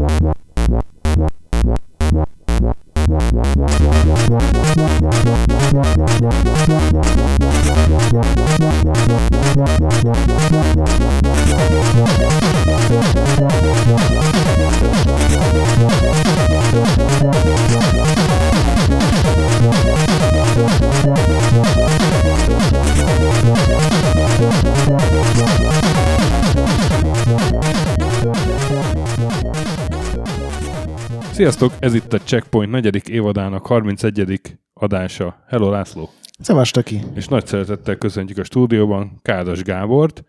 Sziasztok! Ez itt a Checkpoint 4. évadának 31. adása. Hello, László! Szevastaki! És nagy szeretettel köszöntjük a stúdióban Kádas Gábort,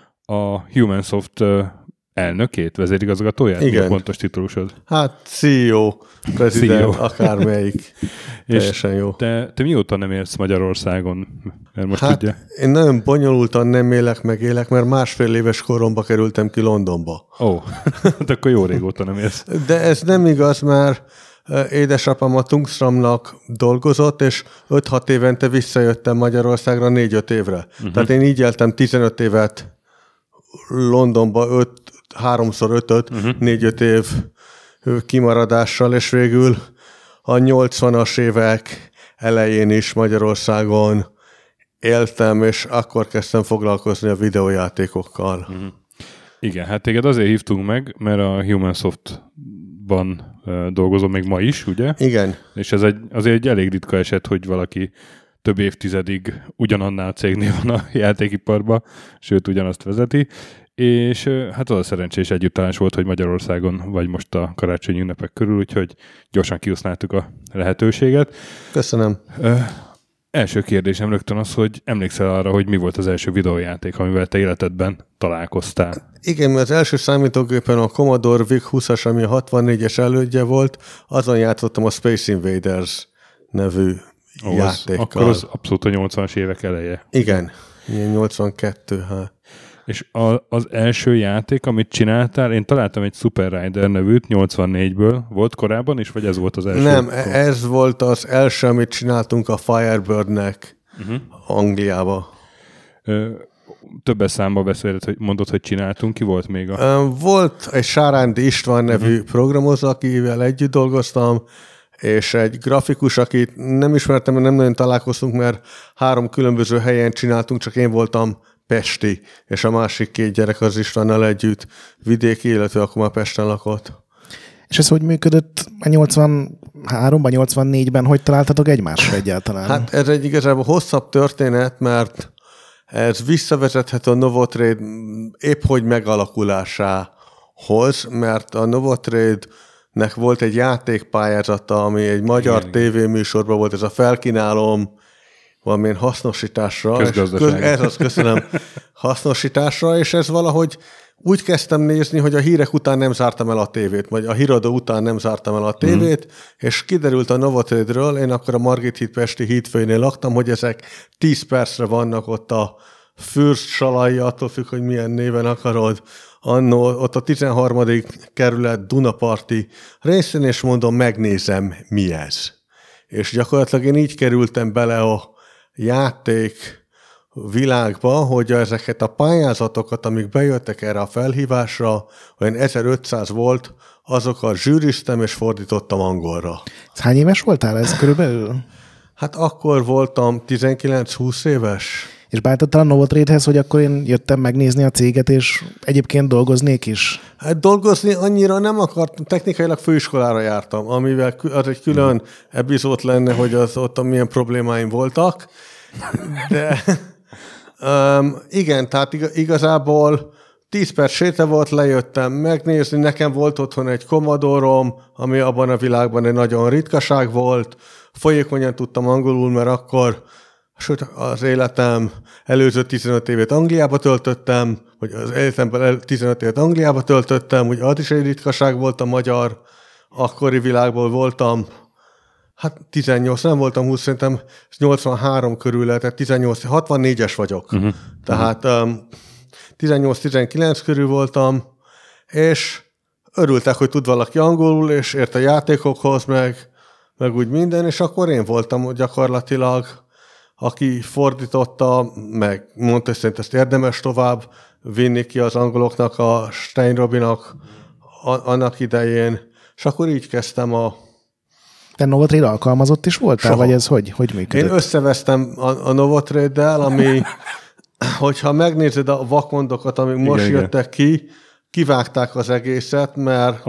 a Humansoft elnökét, vezérigazgatóját? Igen. Mi a pontos titulusod? Hát CEO, prezident, CEO. akármelyik. Teljesen jó. Te mióta nem élsz Magyarországon? Mert most Hát ugye... én nagyon bonyolultan nem élek, mert 1,5 éves koromba kerültem ki Londonba. Ó, hát akkor jó régóta nem élsz. De ez nem igaz, mert édesapám a Tungstramnak dolgozott, és 5-6 évente visszajöttem Magyarországra 4-5 évre. Tehát én így éltem 15 évet Londonba, 3x5-öt, 4-5 év kimaradással, és végül a 80-as évek elején is Magyarországon éltem, és akkor kezdtem foglalkozni a videójátékokkal. Igen, hát téged azért hívtunk meg, mert a Humansoftban dolgozom még ma is, ugye? Igen. És ez azért egy elég ritka eset, hogy valaki több évtizedig ugyanannál a cégnél van a játékiparban, sőt ugyanazt vezeti, és hát az a szerencsés együttállás volt, hogy Magyarországon vagy most a karácsonyi ünnepek körül, úgyhogy gyorsan kihasználtuk a lehetőséget. Köszönöm. Első kérdésem rögtön az, hogy emlékszel arra, hogy mi volt az első videójáték, amivel te életedben találkoztál? Igen, mert az első számítógépen a Commodore VIC-20-as, ami a 64-es elődje volt, azon játszottam a Space Invaders nevű játékkal. Akkor az abszolút a 80-as évek eleje. Igen, 82. És az első játék, amit csináltál, én találtam egy Super Rider nevűt 84-ből. Volt korábban is, vagy ez volt az első? Nem, ez volt az első, amit csináltunk a Firebirdnek Angliába. Többes számba beszéled, hogy mondod, hogy csináltunk. Ki volt még Volt egy Sárándi István nevű programozó, akivel együtt dolgoztam, és egy grafikus, akit nem ismertem, mert nem nagyon találkoztunk, mert 3 különböző helyen csináltunk, csak én voltam pesti, és a másik 2 gyerek az Istvánnal együtt vidéki, illetve akkor már Pesten lakott. És ez hogy működött a 83-ban, 84-ben? Hogy találtatok egymásra egyáltalán? Hát ez egy igazából hosszabb történet, mert ez visszavezethető a Novotrade épp hogy megalakulásához, mert a Novotrade-nek volt egy játékpályázata, ami egy magyar tévéműsorban volt, ez a felkínálom valamilyen hasznosításra. Köszönöm, hasznosításra, és ez valahogy úgy kezdtem nézni, hogy a hírek után nem zártam el a tévét, vagy a híradó után nem zártam el a tévét, és kiderült a Novotrade-ről, én akkor a Margit híd Pesti hídfőnél laktam, hogy ezek 10 percre vannak ott a Fürst Salai, attól függ, hogy milyen néven akarod, annó, ott a 13. kerület Dunaparti részén, és mondom, megnézem, mi ez. És gyakorlatilag én így kerültem bele a játék világba, hogy ezeket a pályázatokat, amik bejöttek erre a felhívásra, olyan 1500 volt, azokat zsűriztem és fordítottam angolra. Hány éves voltál ez körülbelül? Hát akkor voltam 19-20 éves. És beálltottál a Novotrade-hez, hogy akkor én jöttem megnézni a céget, és egyébként dolgoznék is? Hát dolgozni annyira nem akartam, technikailag főiskolára jártam, amivel az egy külön epizód lenne, hogy az ott milyen problémáim voltak. De igen, tehát igazából 10 perc séta volt, lejöttem megnézni, nekem volt otthon egy Commodore-om, ami abban a világban egy nagyon ritkaság volt, folyékonyan tudtam angolul, mert akkor sőt, az életem előző 15 évét Angliába töltöttem, vagy az életemben 15 évet Angliába töltöttem, úgy az is egy ritkaság volt a magyar, akkori világból voltam, hát 18, nem voltam 20, szerintem 83 körül lehetett, 18, 64-es vagyok. Tehát 18-19 körül voltam, és örültek, hogy tud valaki angolul, és ért a játékokhoz, meg úgy minden, és akkor én voltam gyakorlatilag, aki fordította, meg mondta, hogy szerint ezt érdemes tovább vinni ki az angoloknak, a Stein Robinak annak idején, és akkor így kezdtem Te Novotrade alkalmazott is voltál, vagy ez hogy működött? Én összevesztem a Novotrade-del, ami, hogyha megnézed a vakondokat, amik most jöttek ki, kivágták az egészet, mert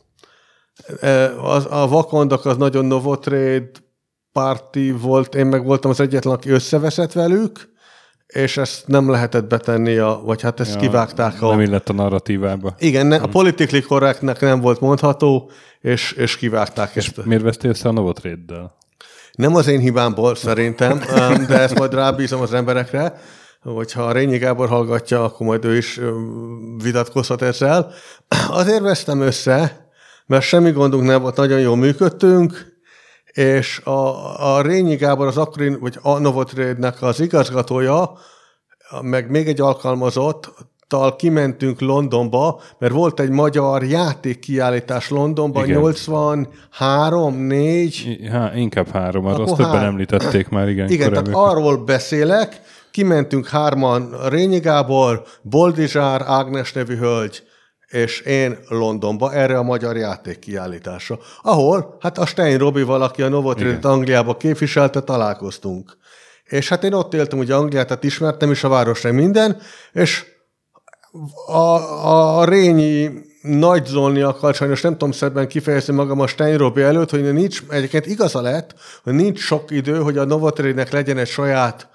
a vakondok az nagyon Novotrade párti volt, én meg voltam az egyetlen, aki összeveszett velük, és ezt nem lehetett betenni, vagy hát ezt kivágták. Nem illett a narratívába. Igen, a politically correctnek nem volt mondható, és kivágták ezt. Miért vesztél össze a Novotrade-del? Nem az én hibámból szerintem, de ezt majd rábízom az emberekre, hogyha a Rényi Gábor hallgatja, akkor majd ő is vitatkozhat ezzel. Azért vesztem össze, mert semmi gondunk nem volt, nagyon jól működtünk, és a Rényi Gábor az akkori, vagy a Novotrade-nek az igazgatója, meg még egy alkalmazottal kimentünk Londonba, mert volt egy magyar játékkiállítás Londonban, 83-4. Inkább 3, azt többen említették már, igen. Igen, tehát arról beszélek, kimentünk 3-an, Rényi Gábor, Boldizsár, Ágnes nevű hölgy, és én Londonba, erre a magyar játékkiállításra, ahol hát a Stein Robival, aki a Novotrade-t Angliába képviselte, találkoztunk. És hát én ott éltem, ugye Angliát, tehát ismertem is a városra minden, és a Rényi nagyzolniakkal, sajnos nem tudom szebben kifejezni magam a Stein Robi előtt, hogy nincs, egyébként igaza lett, hogy nincs sok idő, hogy a Novotrade-nek legyen egy saját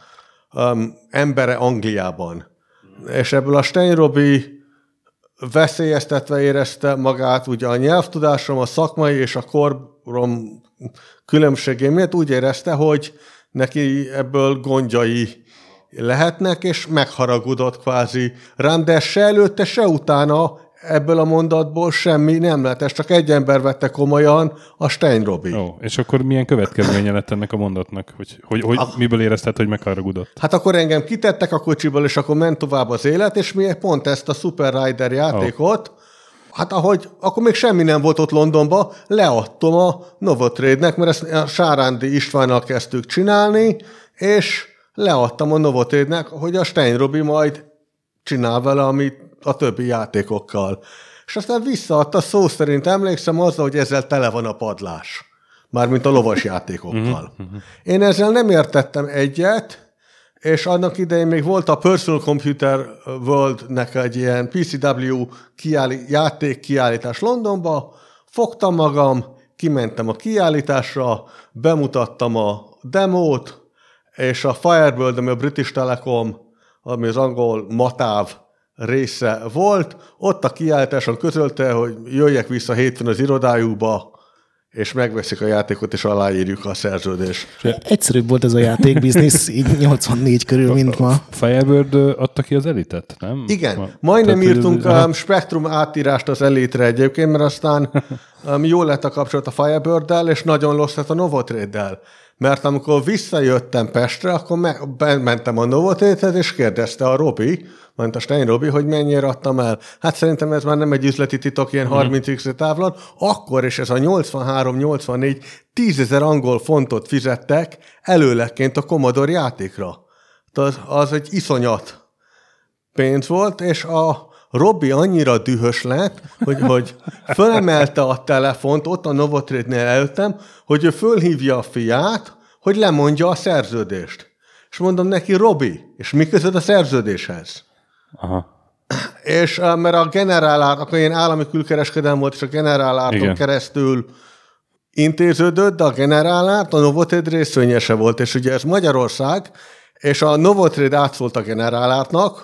embere Angliában. És ebből a Stein Robi veszélyeztetve érezte magát, ugye a nyelvtudásom, a szakmai és a korom különbségé miatt úgy érezte, hogy neki ebből gondjai lehetnek, és megharagudott kvázi rám, de se előtte, se utána ebből a mondatból semmi nem lett, ez csak egy ember vette komolyan, a Stein Robi. És akkor milyen következménye lett ennek a mondatnak? Hogy miből érezted, hogy megharagudott? Hát akkor engem kitettek a kocsiból, és akkor ment tovább az élet, és mi pont ezt a Super Rider játékot, hát akkor még semmi nem volt ott Londonban, leadtam a Novotrade-nek, mert ezt a Sárándi Istvánnal kezdtük csinálni, és leadtam a Novotrade-nek, hogy a Stein Robi majd csinál vele, amit a többi játékokkal. És aztán visszaadta, szó szerint emlékszem azzal, hogy ezzel tele van a padlás. Mármint a lovas játékokkal. Én ezzel nem értettem egyet, és annak idején még volt a Personal Computer World-nek egy ilyen PCW játékkiállítás Londonba, fogtam magam, kimentem a kiállításra, bemutattam a demót, és a Firebird, ami a British Telecom, ami az angol matáv része volt, ott a kiállításon közölte, hogy jöjjek vissza hétfőn az irodájukba, és megveszik a játékot, és aláírjuk a szerződést. Egyszerűbb volt ez a játékbiznisz, így 84 körül, mint ma. Firebird adta ki az Elitet, nem? Igen, majdnem írtunk Spectrum átírást az Elitre egyébként, mert aztán jól lett a kapcsolat a Firebird-del, és nagyon rossz lett a Novotrade-del. Mert amikor visszajöttem Pestre, akkor mentem a Novotrade-hez, és kérdezte a Robi, ment a Stein Robi, hogy mennyire adtam el. Hát szerintem ez már nem egy üzleti titok, ilyen 30x távlat. Akkor, és ez a 83-84, 10 000 angol fontot fizettek előlegként a Commodore játékra. Az egy iszonyat pénz volt, és a Robi annyira dühös lett, hogy fölemelte a telefont, ott a Novotrade-nél előttem, hogy ő fölhívja a fiát, hogy lemondja a szerződést. És mondom neki, Robi, és mi között a szerződéshez? Aha. És mert a General Art, akkor ilyen állami külkereskedelem volt, és a General Arton keresztül intéződött, de a General Art a Novotrade részvényese volt, és ugye ez Magyarország, és a Novotrade átszólt a General Artnak,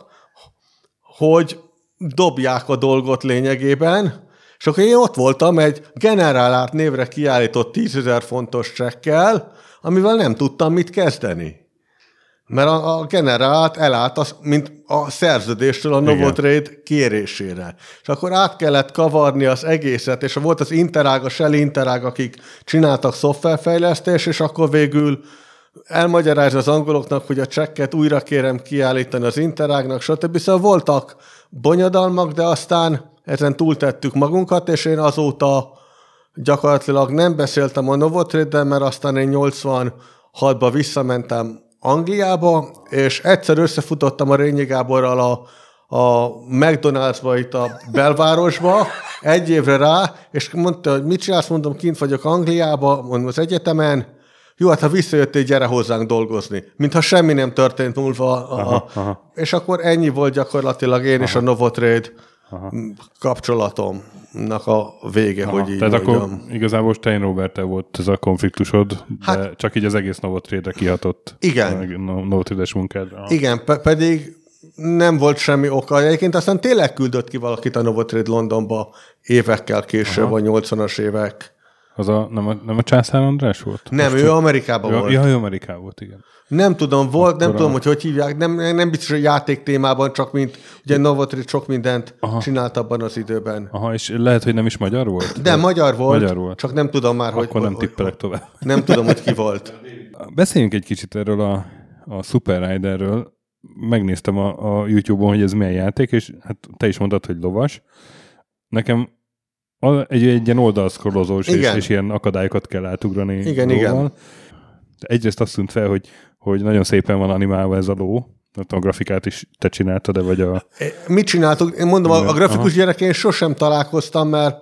hogy dobják a dolgot lényegében, és akkor én ott voltam egy General Art névre kiállított 10 000 fontos csekkel, amivel nem tudtam mit kezdeni. Mert a General Art elállt, mint a szerződéstől a Novotrade kérésére. És akkor át kellett kavarni az egészet, és volt az Interág, a Shell Interág, akik csináltak szoftverfejlesztést, és akkor végül elmagyarázza az angoloknak, hogy a csekket újra kérem kiállítani az Interágnak, stb. Szóval voltak bonyodalmak, de aztán ezen túltettük magunkat, és én azóta gyakorlatilag nem beszéltem a Novotrade-del, mert aztán én 86-ba visszamentem Angliába, és egyszer összefutottam a Rényi Gáborral a McDonald's-ba itt a belvárosba, egy évre rá, és mondta, hogy mit csinálsz, mondom, kint vagyok Angliába, mondom, az egyetemen, jó, hát ha visszajöttél, gyere hozzánk dolgozni. Mintha semmi nem történt múlva. És akkor ennyi volt gyakorlatilag én és a Novotrade kapcsolatomnak a vége, hogy így tehát mondjam. akkor igazából Stein Roberttel volt ez a konfliktusod, de csak így az egész Novotrade-re kihatott. Igen. Novotrade-es munkádra. Igen, pedig nem volt semmi oka. Egyébként aztán tényleg küldött ki valakit a Novotrade Londonba évekkel később, a 80-as évek. Az nem a Császár András volt? Nem, ő Amerikában volt. Ja, ő Amerikában volt, igen. Nem tudom, nem tudom, hogy hívják, nem biztos, hogy játék témában, csak mint ugye Novotrade sok mindent csinált abban az időben. És lehet, hogy nem is magyar volt? De magyar volt, csak nem tudom már, Akkor nem tippelek tovább. Nem tudom, hogy ki volt. Beszéljünk egy kicsit erről a Super Riderről. Megnéztem a YouTube-on, hogy ez milyen játék, és hát te is mondtad, hogy lovas. Nekem egy ilyen oldalszkrolozós, és ilyen akadályokat kell átugrani. Igen. Egyrészt azt tűnt fel, hogy nagyon szépen van animálva ez a ló. A grafikát is te csináltad, vagy a... Mit csináltuk? Én mondom, a grafikus gyerekén sosem találkoztam, mert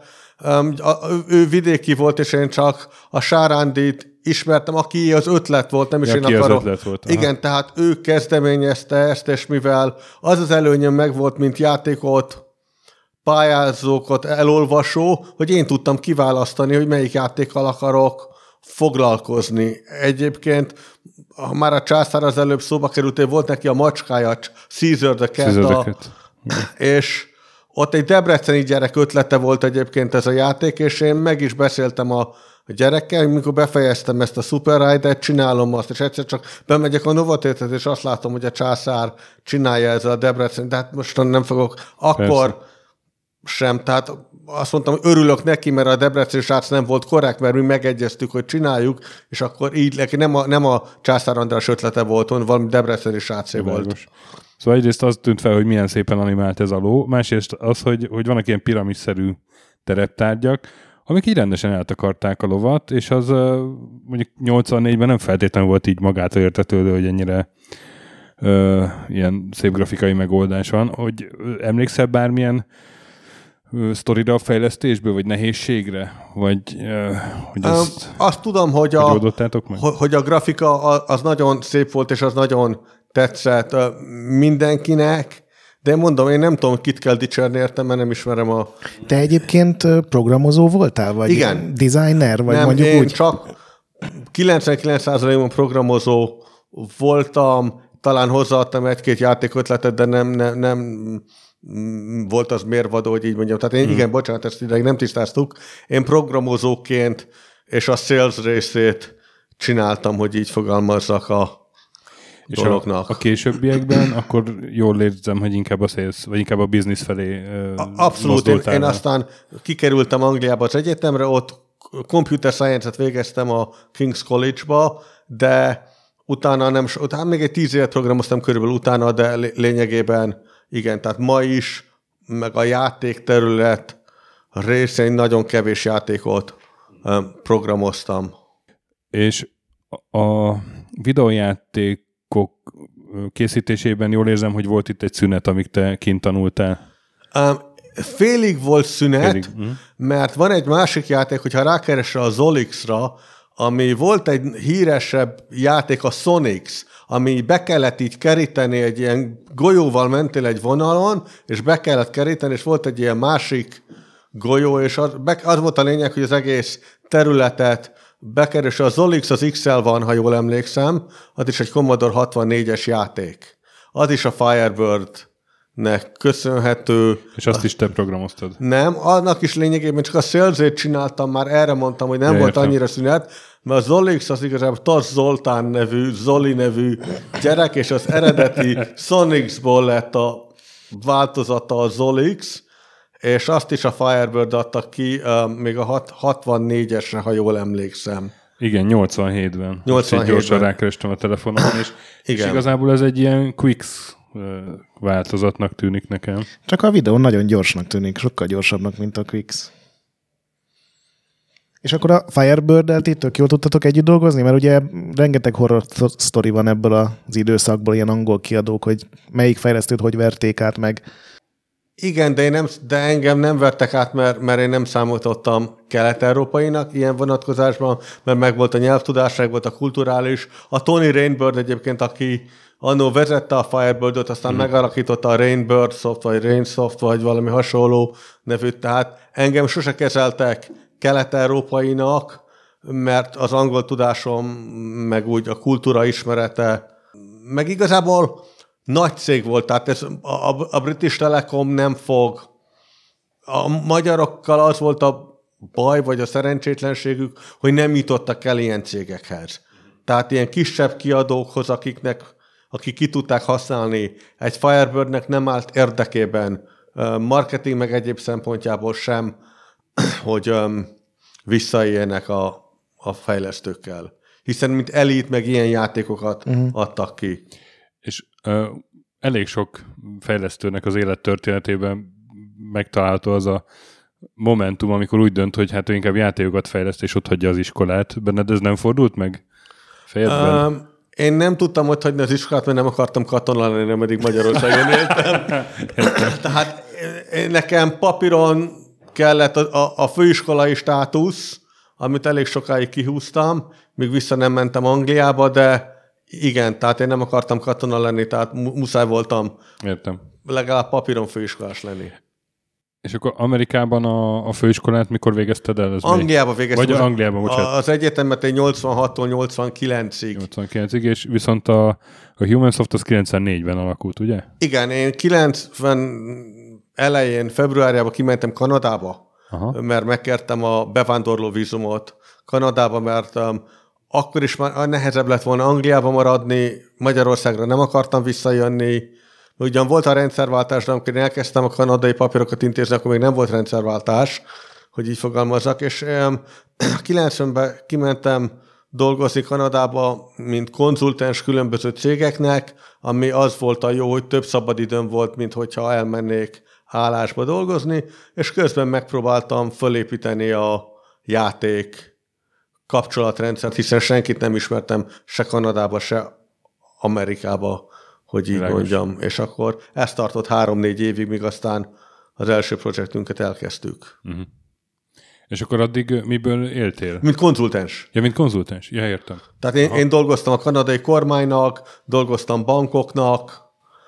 ő vidéki volt, és én csak a Sárándit ismertem, aki az ötlet volt, nem is én akarom. Igen, tehát ő kezdeményezte ezt, és mivel az előnyöm megvolt, mint játékot, pályázókat elolvasó, hogy én tudtam kiválasztani, hogy melyik játékkal akarok foglalkozni. Egyébként már a Császár az előbb szóba került, hogy volt neki a macskája, Caesar the Cat, és ott egy debreceni gyerek ötlete volt egyébként ez a játék, és én meg is beszéltem a gyerekkel, mikor befejeztem ezt a Super Rider-t, csinálom azt, és egyszer csak bemegyek a Novotrade-et, és azt látom, hogy a Császár csinálja ezzel a Debrecen, de hát most nem fogok. Akkor persze. Sem, tehát azt mondtam, hogy örülök neki, mert a debreceni srác nem volt korrekt, mert mi megegyeztük, hogy csináljuk, és akkor így nem a Császár András ötlete volt, hanem valami debreceni srácé volt. Szóval egyrészt az tűnt fel, hogy milyen szépen animált ez a ló, másrészt az, hogy vannak ilyen piramisszerű tereptárgyak, amik így rendesen eltakarták a lovat, és az mondjuk 84-ben nem feltétlenül volt így magától értetődő, hogy ennyire ilyen szép grafikai megoldás van. Hogy emlékszel bármilyen sztorira a fejlesztésből, vagy nehézségre? Vagy hogy azt tudom, hogy a grafika az nagyon szép volt, és az nagyon tetszett mindenkinek, de mondom, én nem tudom, kit kell dicsérni értem, mert nem ismerem a... Te egyébként programozó voltál? Vagy igen. Designer? Vagy nem, mondjuk én úgy? csak 99%-ban programozó voltam, talán hozzáadtam egy-két játékötletet, de nem volt az mérvadó, hogy így mondjam. Tehát én, igen, bocsánat, ezt ideig nem tisztáztuk. Én programozóként és a sales részét csináltam, hogy így fogalmazzak a dolognak. A későbbiekben akkor jól érzem, hogy inkább a sales, vagy inkább a business felé abszolút. Én aztán kikerültem Angliába az egyetemre, ott computer science-et végeztem a King's College-ba, de utána még egy 10 évet programoztam körülbelül utána, de lényegében igen, tehát ma is, meg a játékterület részén nagyon kevés játékot programoztam. És a videójátékok készítésében jól érzem, hogy volt itt egy szünet, amíg te kint tanultál. Félig volt szünet, mert van egy másik játék, hogyha rákeresel a Zolix-ra, ami volt egy híresebb játék, a Sonics, ami be kellett így keríteni, egy ilyen golyóval mentél egy vonalon, és be kellett keríteni, és volt egy ilyen másik golyó, és az volt a lényeg, hogy az egész területet bekerülse. A Zolix az XL van, ha jól emlékszem, az is egy Commodore 64-es játék. Az is a Firebird-nek köszönhető. És azt is te programoztad? Nem, annak is lényegében csak a Sales-ét csináltam, már erre mondtam, hogy nem volt annyira szünet, mert a Zolix az igazából Tass Zoltán nevű, Zoli nevű gyerek, és az eredeti Sonicsból lett a változata a Zolix, és azt is a Firebird adta ki, még a 64-esre, ha jól emlékszem. Igen, 87-ben. Gyorsan rákerestem a telefonon, és igazából ez egy ilyen Quicks változatnak tűnik nekem. Csak a videó nagyon gyorsnak tűnik, sokkal gyorsabbnak, mint a Quicks. És akkor a Firebird-del ti tök jól tudtatok együtt dolgozni? Mert ugye rengeteg horror sztori van ebből az időszakból, ilyen angol kiadók, hogy melyik fejlesztőt hogy verték át meg. Igen, de engem nem vertek át, mert én nem számoltottam kelet-európainak ilyen vonatkozásban, mert megvolt a nyelvtudás, megvolt a kulturális. A Tony Rainbird egyébként, aki annó vezette a Firebird-ot, aztán megalakította a Rainbird Soft, vagy Rainsoft, vagy valami hasonló nevűt, tehát engem sose kezeltek kelet-európainak, mert az angol tudásom, meg úgy a kultúra ismerete, meg igazából nagy cég volt, tehát ez, a British Telecom nem fog. A magyarokkal az volt a baj, vagy a szerencsétlenségük, hogy nem jutottak el ilyen cégekhez. Tehát ilyen kisebb kiadókhoz, akik ki tudták használni. Egy Firebirdnek nem állt érdekében, marketing meg egyéb szempontjából sem, hogy visszaéljenek a fejlesztőkkel. Hiszen mint Elite meg ilyen játékokat adtak ki. És elég sok fejlesztőnek az élettörténetében megtalálható az a momentum, amikor úgy dönt, hogy hát ő inkább játékokat fejleszt, és ott hagyja az iskolát. Benned ez nem fordult meg fejedben? Én nem tudtam ott hagyni az iskolát, mert nem akartam katona lenni, ameddig Magyarországon éltem. Tehát nekem papíron kellett a főiskolai státusz, amit elég sokáig kihúztam, míg vissza nem mentem Angliába, de igen, tehát én nem akartam katona lenni, tehát muszáj voltam legalább papíron főiskolás lenni. És akkor Amerikában a főiskolát mikor végezted el? Angliában végeztem. Vagy Angliában, bocsánat. Az egyetemet egy 86-tól 89-ig. 89-ig, és viszont a HumanSoft az 94-ben alakult, ugye? Igen, én 90 elején, februárjában kimentem Kanadába, mert megkértem a bevándorló vízumot Kanadába, mert akkor is már nehezebb lett volna Angliába maradni, Magyarországra nem akartam visszajönni. Ugyan volt a rendszerváltás, de amikor én elkezdtem a kanadai papírokat intézni, akkor még nem volt rendszerváltás, hogy így fogalmazzak, és 90-ben kimentem dolgozni Kanadába, mint konzultáns különböző cégeknek, ami az volt a jó, hogy több szabadidőm volt, mint hogyha elmennék állásba dolgozni, és közben megpróbáltam fölépíteni a játék kapcsolatrendszert, hiszen senkit nem ismertem se Kanadába, se Amerikába, hogy így mondjam. És akkor ez tartott 3-4 évig, míg aztán az első projektünket elkezdtük. Uh-huh. És akkor addig miből éltél? Mint konzultáns. Ja, mint konzultáns. Ja, értem. Tehát én dolgoztam a kanadai kormánynak, dolgoztam bankoknak,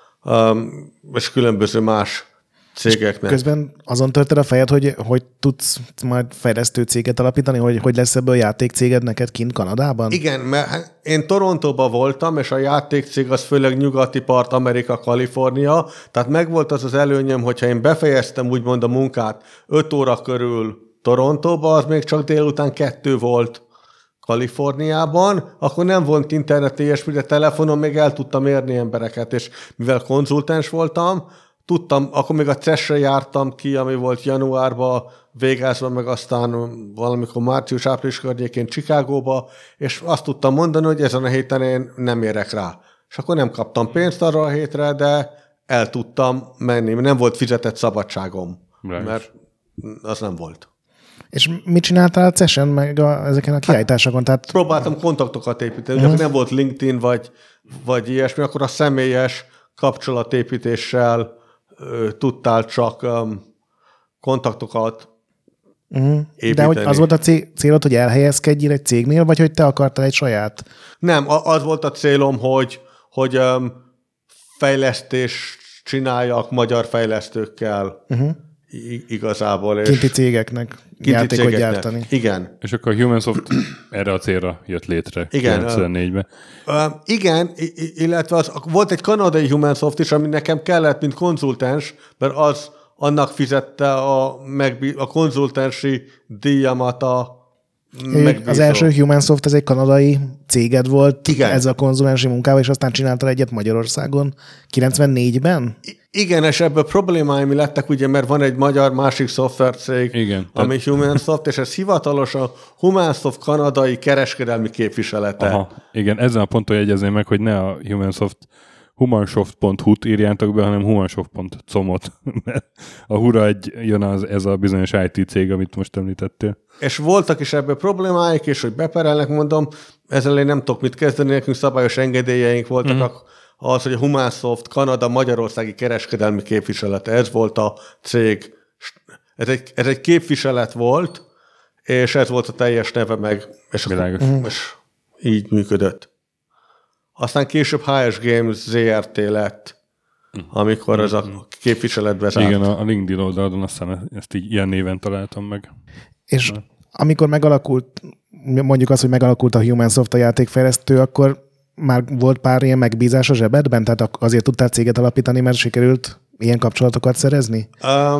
és különböző más cégeknek. És közben azon törted a fejed, hogy tudsz majd fejlesztő céget alapítani, hogy lesz ebből játékcéged neked kint Kanadában? Igen, mert én Torontóban voltam, és a játékcég az főleg nyugati part, Amerika, Kalifornia, tehát megvolt az előnyöm, hogyha én befejeztem úgymond a munkát 5 óra körül Torontóban, az még csak délután 2 volt Kaliforniában, akkor nem volt internet ilyesmi, de telefonon még el tudtam érni embereket, és mivel konzultáns voltam, tudtam, akkor még a CES-re jártam ki, ami volt januárban, Vegasban, meg aztán valamikor március-április környékén Chicagóba, és azt tudtam mondani, hogy ezen a héten én nem érek rá. És akkor nem kaptam pénzt arra a hétre, de el tudtam menni. Nem volt fizetett szabadságom, mert az nem volt. És mit csináltál a CES-en, meg ezeken a kiállításokon? Tehát... Próbáltam kontaktokat építeni. Ugye nem volt LinkedIn, vagy ilyesmi, akkor a személyes kapcsolatépítéssel tudtál csak kontaktokat építeni. De hogy az volt a célod, hogy elhelyezkedjél egy cégnél, vagy hogy te akartál egy saját? Nem, az volt a célom, hogy fejlesztést csináljak magyar fejlesztőkkel igazából. És kinti cégeknek játékot gyártani. Igen. És akkor a HumanSoft erre a célra jött létre 94-ben. Igen, illetve volt egy kanadai HumanSoft is, ami nekem kellett, mint konzultáns, mert annak fizette a konzultánsi díjamat a megbízó. Az első HumanSoft, ez egy kanadai céged volt, igen. Ez a konzulánsi munkával, és aztán csináltál egyet Magyarországon 94-ben? Igen, és ebből problémáim lettek, ugye, mert van egy magyar másik szoftvercég, igen, ami HumanSoft, és ez hivatalos a HumanSoft kanadai kereskedelmi képviselete. Aha, igen, ezen a ponton jegyezném meg, hogy ne a humansoft.hu-t írjátok be, hanem humansoft.com-ot. A hura jön ez a bizonyos IT cég, amit most említettél. És voltak is ebből problémáik, és hogy beperelnek, mondom, ezzel én nem tudok mit kezdeni, nekünk szabályos engedélyeink voltak az, hogy a Humansoft Kanada magyarországi kereskedelmi képviselete, ez volt a cég. Ez egy képviselet volt, és ez volt a teljes neve meg, és így működött. Aztán később HS Games ZRT lett, amikor ez a képviseletbe zárt. Igen, a LinkedIn oldalon aztán ezt így ilyen néven találtam meg. És amikor megalakult, mondjuk az, hogy megalakult a Humansoft a játékfejlesztő, akkor már volt pár ilyen megbízás a zsebedben? Tehát azért tudtál céget alapítani, mert sikerült ilyen kapcsolatokat szerezni?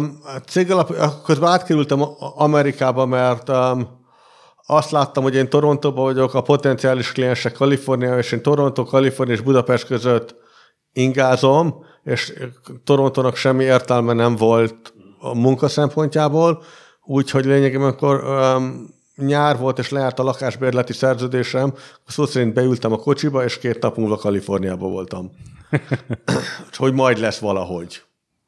Közben átkerültem Amerikába, mert azt láttam, hogy én Torontóban vagyok, a potenciális kliensek Kalifornia, és én Toronto, Kalifornia és Budapest között ingázom, és Torontónak semmi értelme nem volt a munka szempontjából, úgyhogy lényegében akkor nyár volt, és lejárt a lakásbérleti szerződésem, szó szerint beültem a kocsiba, és 2 nap múlva Kaliforniában voltam. Hogy majd lesz valahogy.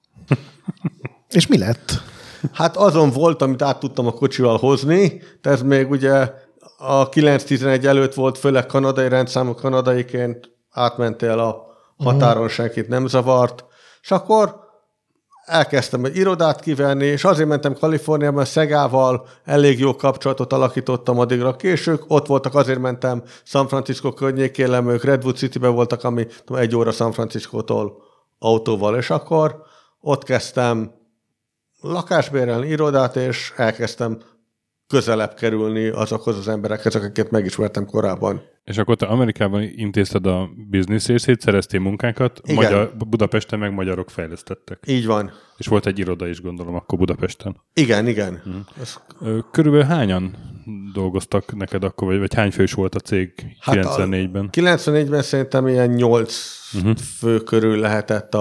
És mi lett? Hát azon volt, amit át tudtam a kocsival hozni, de ez még ugye a 9-11 előtt volt, főleg kanadai rendszámú kanadaiként átmentél a határon, senkit nem zavart, és akkor elkezdtem egy irodát kivenni, és azért mentem Kaliforniában, Szegával elég jó kapcsolatot alakítottam addigra később, ott voltak, azért mentem San Francisco környékén, ők Redwood Citybe voltak, ami 1 óra San Franciscótól autóval, és akkor ott kezdtem lakásbérelni, irodát, és elkezdtem közelebb kerülni azokhoz az emberekhez, akiket megismertem korábban. És akkor te Amerikában intézted a biznisz részét, szereztél munkákat, Budapesten meg magyarok fejlesztettek. Így van. És volt egy iroda is, gondolom, akkor Budapesten. Igen. Körülbelül hányan dolgoztak neked akkor, vagy hány fős volt a cég 94-ben? 94-ben szerintem ilyen 8 fő körül lehetett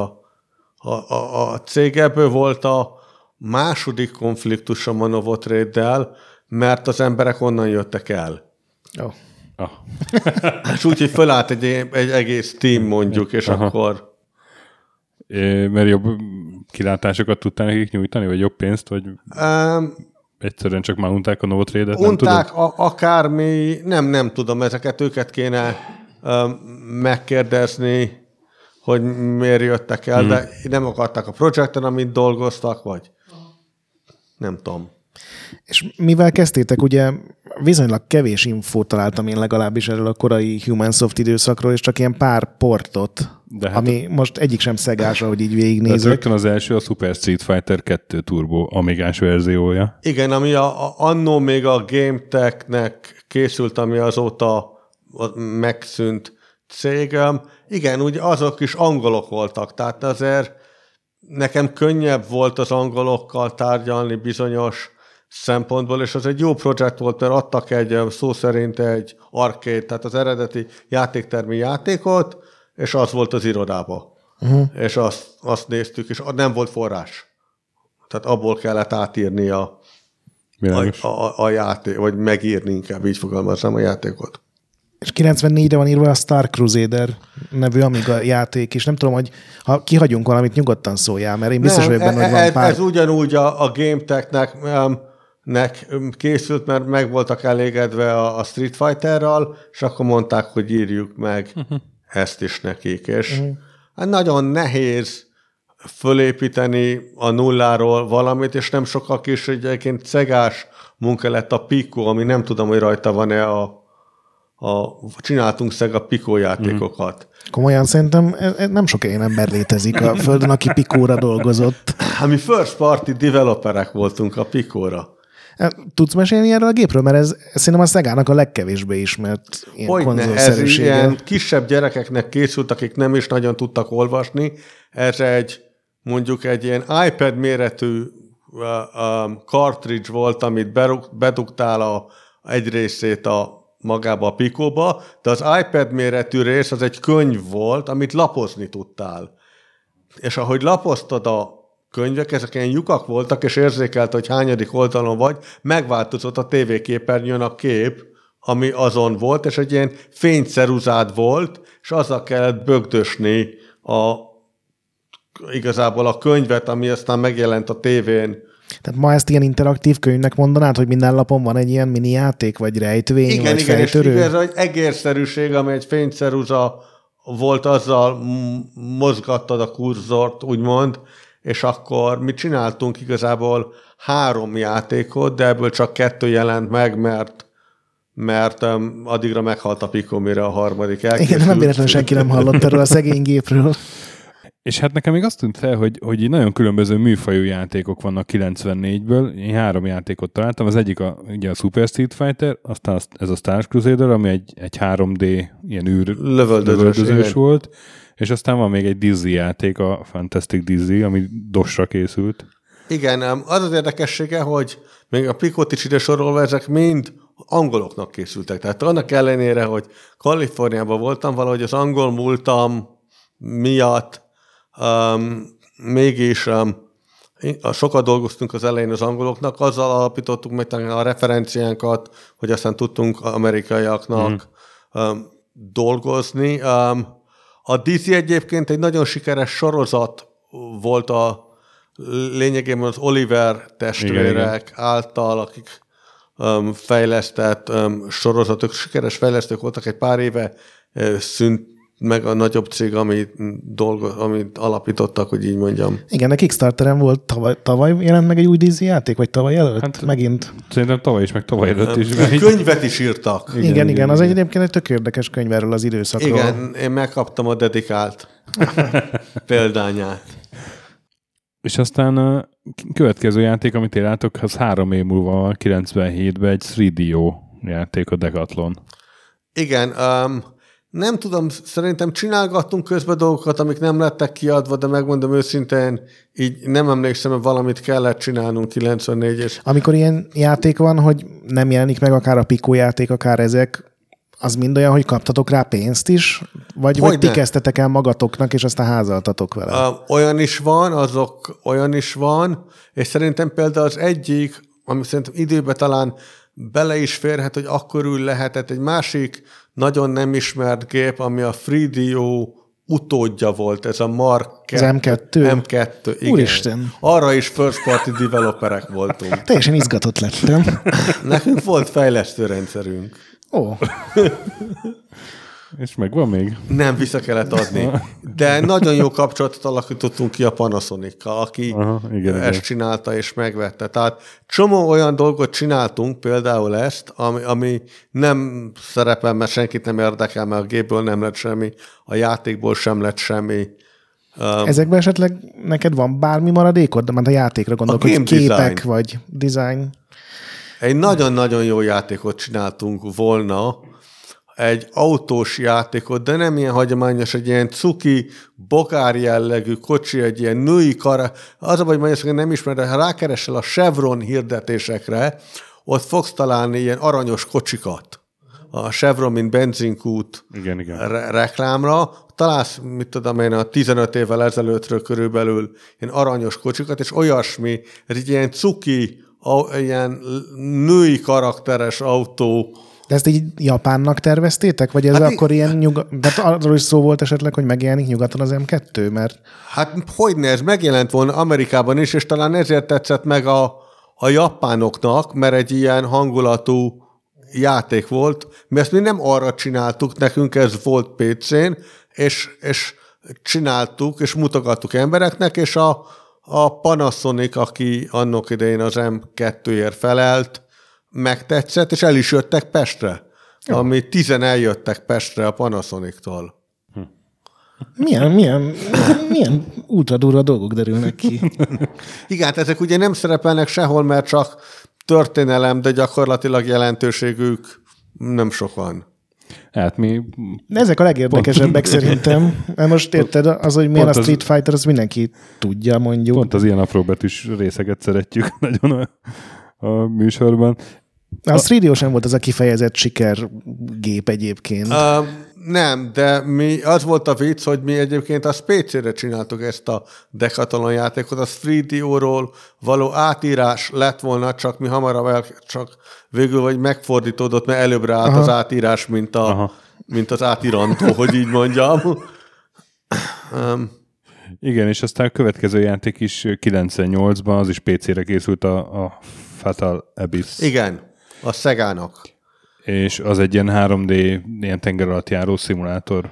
a cég. Ebből volt a második konfliktusom a Novotrade-del, mert az emberek onnan jöttek el. És úgyhogy fölállt egy egész team mondjuk, és akkor... Mert jobb kilátásokat tudtál nekik nyújtani, vagy jobb pénzt, vagy egyszerűen csak már unták a Novotrade-et? Unták akármi, nem tudom, őket kéne megkérdezni, hogy miért jöttek el, de nem akarták a projekten, amit dolgoztak, vagy nem tudom. És mivel kezdtétek, ugye viszonylag kevés infót találtam én legalábbis erről a korai Humansoft időszakról, és csak ilyen pár portot, ami most egyik sem Szegás, ahogy így végignézek. Rögtön az első a Super Street Fighter 2 Turbo amigás verziója. Igen, ami annó még a GameTech-nek készült, ami azóta megszűnt cégem. Igen, ugye azok is angolok voltak, tehát azért nekem könnyebb volt az angolokkal tárgyalni bizonyos szempontból, és az egy jó projekt volt, mert adtak szó szerint egy arcade, tehát az eredeti játéktermi játékot, és az volt az irodába. És azt néztük, és nem volt forrás. Tehát abból kellett átírni a játék, vagy megírni inkább, így fogalmazom a játékot. És 94-re van írva a Star Crusader nevű Amiga játék, és nem tudom, hogy ha kihagyunk valamit, nyugodtan szóljál, mert én biztos vagyok benne, hogy van pár... Ez ugyanúgy a GameTech-nek készült, mert meg voltak elégedve a Street Fighter-ral, és akkor mondták, hogy írjuk meg ezt is nekik. És nagyon nehéz fölépíteni a nulláról valamit, és nem sokkal később egyébként Szegás munka lett a Pico, ami nem tudom, hogy rajta van-e csináltunk Sega Pico játékokat. Komolyan szerintem nem sok ilyen ember létezik a Földön, aki Picóra dolgozott. Mi first party developerek voltunk a Picóra. Tudsz mesélni erről a gépről? Mert ez szerintem a Szegának a legkevésbé ismert ilyen konzolszerűsége. Ez ilyen kisebb gyerekeknek készült, akik nem is nagyon tudtak olvasni. Ez mondjuk egy ilyen iPad méretű cartridge volt, amit bedugtál egy részét magába a Picóba, de az iPad méretű rész az egy könyv volt, amit lapozni tudtál. És ahogy lapoztad a könyvek, ezek ilyen lyukak voltak, és érzékelt, hogy hányadik oldalon vagy, megváltozott a tévéképernyőn a kép, ami azon volt, és egy ilyen fényceruzád volt, és azzal kellett bögdösni igazából a könyvet, ami aztán megjelent a tévén. Tehát ma ezt ilyen interaktív könyvnek mondanád, hogy minden lapon van egy ilyen mini játék, vagy rejtvény, igen, vagy fejtörő? Igen, ez egy egérszerűség, ami egy fényceruza volt, azzal mozgattad a kurzort, úgymond, és akkor mi csináltunk igazából 3 játékot, de ebből csak 2 jelent meg, mert addigra meghalt a Pico, mire a harmadik elkészült. Igen, nem véletlenül senki nem hallott erről a szegény gépről. És hát nekem még azt tűnt fel, hogy nagyon különböző műfajú játékok vannak 94-ből. Én 3 játékot találtam. Az egyik ugye a Super Street Fighter, aztán ez a Star Crusader, ami egy 3D ilyen lövöldözős volt. És aztán van még egy Dizzy játék, a Fantastic Dizzy, ami DOS-ra készült. Igen, az érdekessége, hogy még a Picot is ide sorolva, ezek mind angoloknak készültek. Tehát annak ellenére, hogy Kaliforniában voltam, valahogy az angol múltam miatt mégis sokat dolgoztunk az elején az angoloknak, azzal alapítottuk meg a referenciánkat, hogy aztán tudtunk amerikaiaknak dolgozni. A Dizzy egyébként egy nagyon sikeres sorozat volt lényegében az Oliver testvérek által, akik fejlesztett sorozatok, sikeres fejlesztők voltak, egy pár éve szűnt meg a nagyobb cég, amit alapítottak, hogy így mondjam. Igen, a Kickstarteren volt tavaly jelent meg egy új Dizzy játék, vagy tavaly előtt? Hát, megint. Szerintem tavaly is, meg tavaly előtt is. Könyvet is írtak. Igen. Az egyébként egy tök érdekes könyv erről az időszakról. Igen, én megkaptam a dedikált példányát. És aztán a következő játék, amit én látok, az 3 év múlva 97-ben egy 3DO játék, a Decathlon. Igen, nem tudom, szerintem csinálgattunk közben dolgokat, amik nem lettek kiadva, de megmondom őszintén, így nem emlékszem, hogy valamit kellett csinálnunk 94-es. Amikor ilyen játék van, hogy nem jelenik meg akár a Pico játék, akár ezek, az mind olyan, hogy kaptatok rá pénzt is? Vagy ti kezdtetek el magatoknak, és aztán házaltatok vele? Olyan is van, és szerintem például az egyik, ami szerintem időben talán bele is férhet, hogy akkor lehetett egy másik nagyon nem ismert gép, ami a 3DO utódja volt, ez a Mark az M2? M2, igen. Úristen! Arra is first party developerek voltunk. Teljesen izgatott lettem. Nekünk volt fejlesztő rendszerünk. Ó. És megvan még? Nem, vissza kellett adni. De nagyon jó kapcsolatot alakítottunk ki a Panasonic-kal, aki ezt csinálta és megvette. Tehát csomó olyan dolgot csináltunk, például ezt, ami nem szerepel, mert senkit nem érdekel, mert a gépből nem lett semmi, a játékból sem lett semmi. Ezekben esetleg neked van bármi maradékod? De már a játékra gondolok, hogy képek design. Vagy design. Egy nagyon-nagyon jó játékot csináltunk volna, egy autós játékot, de nem ilyen hagyományos, egy ilyen cuki, bogár jellegű kocsi, egy ilyen női az a baj, hogy nem ismered, ha rákeresel a Chevron hirdetésekre, ott fogsz találni ilyen aranyos kocsikat. A Chevron, mint benzinkút reklámra. Találsz, mit tudom én, a 15 évvel ezelőttről körülbelül ilyen aranyos kocsikat, és olyasmi, ez egy ilyen cuki, ilyen női karakteres autó. De ezt így Japánnak terveztétek? Vagy ez hát akkor ilyen de arról is szó volt esetleg, hogy megjelenik nyugaton az M2? Mert... Hát hogyne, ez megjelent volna Amerikában is, és talán ezért tetszett meg a japánoknak, mert egy ilyen hangulatú játék volt. Mi ezt mi nem arra csináltuk, nekünk ez volt PC-n, és csináltuk, és mutogattuk embereknek, és a Panasonic, aki annak idején az M2-ért felelt, megtetszett, és el is jöttek Pestre. Ja. Ami 10 eljöttek Pestre a Panasonic-tól. Milyen ultradurva dolgok derülnek ki. Igen, ezek ugye nem szerepelnek sehol, mert csak történelem, de gyakorlatilag jelentőségük nem sok van. Hát mi... Ezek a legérdekesebbek szerintem. Most érted, az, hogy milyen a Street Fighter, az mindenki tudja, mondjuk. Pont az ilyen apróbetűs részeket szeretjük nagyon a műsorban. A 3DO sem volt az a kifejezett sikergép egyébként. Nem, de az volt a vicc, hogy mi egyébként a PC-re csináltuk ezt a Decathlon játékot, a 3DO-ról való átírás lett volna, csak mi hamarabb csak végül vagy megfordítódott, mert előbbre állt az átírás, mint az átírantó, hogy így mondjam. Igen, és aztán a következő játék is 98-ban, az is PC-re készült a Fatal Abyss. Igen, a Szegának. És az egy ilyen 3D, ilyen tenger alatt járó szimulátor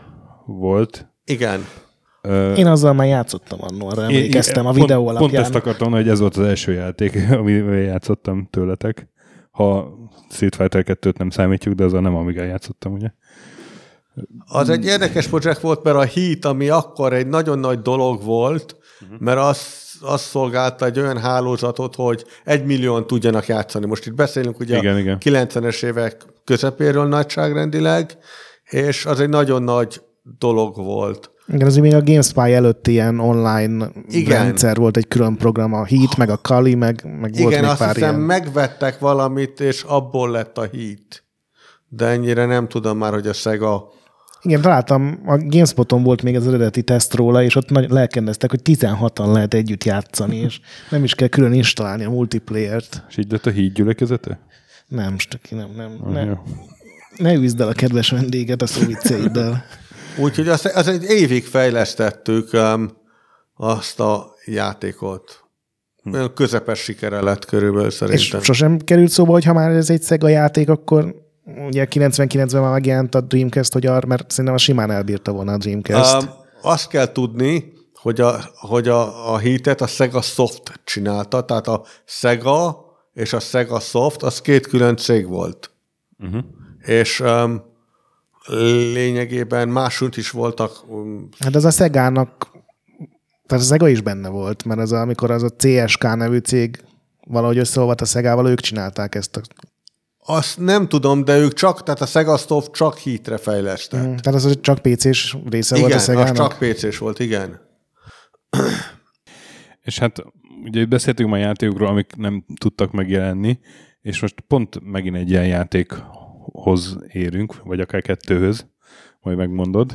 volt. Igen. Én azzal már játszottam annól, arra emlékeztem a videó alapján. Pont ezt akartam, hogy ez volt az első játék, amivel játszottam tőletek. Ha Street Fighter 2-t nem számítjuk, de azzal nem Amigán játszottam, ugye? Az egy érdekes projekt volt, mert a Heat, ami akkor egy nagyon nagy dolog volt, mert az szolgálta egy olyan hálózatot, hogy 1 millióan tudjanak játszani. Most itt beszélünk ugye igen. 90-es évek közepéről nagyságrendileg, és az egy nagyon nagy dolog volt. Igen, az még a GameSpy előtt ilyen online rendszer volt, egy külön program, a Heat, meg a Kali, meg volt még pár azt hiszem, ilyen. megvettek valamit, és abból lett a Heat. De ennyire nem tudom már, hogy a Sega... Igen, találtam, a GameSpoton volt még az eredeti teszt róla, és ott lelkendeztek, hogy 16-an lehet együtt játszani, és nem is kell külön installálni a multiplayer-t. És így lett a Heat gyülekezete? Nem, Stöki, nem. Ne üzd el a kedves vendéget a szó vicceiddel. Úgyhogy az egy évig fejlesztettük azt a játékot. Olyan közepes sikere lett körülbelül szerintem. És sosem került szóba, hogy ha már ez egy Sega játék, akkor ugye 99-ben már megjelent a Dreamcast, mert szerintem a simán elbírta volna a Dreamcast. Azt kell tudni, hogy a Heat-et a Sega Soft csinálta, tehát a Sega és a Sega Soft, az 2 külön cég volt. És lényegében máshogy is voltak. Hát az a Segának, tehát a Sega is benne volt, mert amikor az a CSK nevű cég valahogy összeolvadt a Segával, ők csinálták ezt a... Azt nem tudom, de ők tehát a Sega Soft csak Heat-re fejlesztett. Tehát az csak PC-s része igen, volt a Segának? Igen, az csak PC-s volt, igen. És hát ugye beszéltünk már játékokról, amik nem tudtak megjelenni, és most pont megint egy ilyen játékhoz érünk, vagy akár 2-höz, majd megmondod.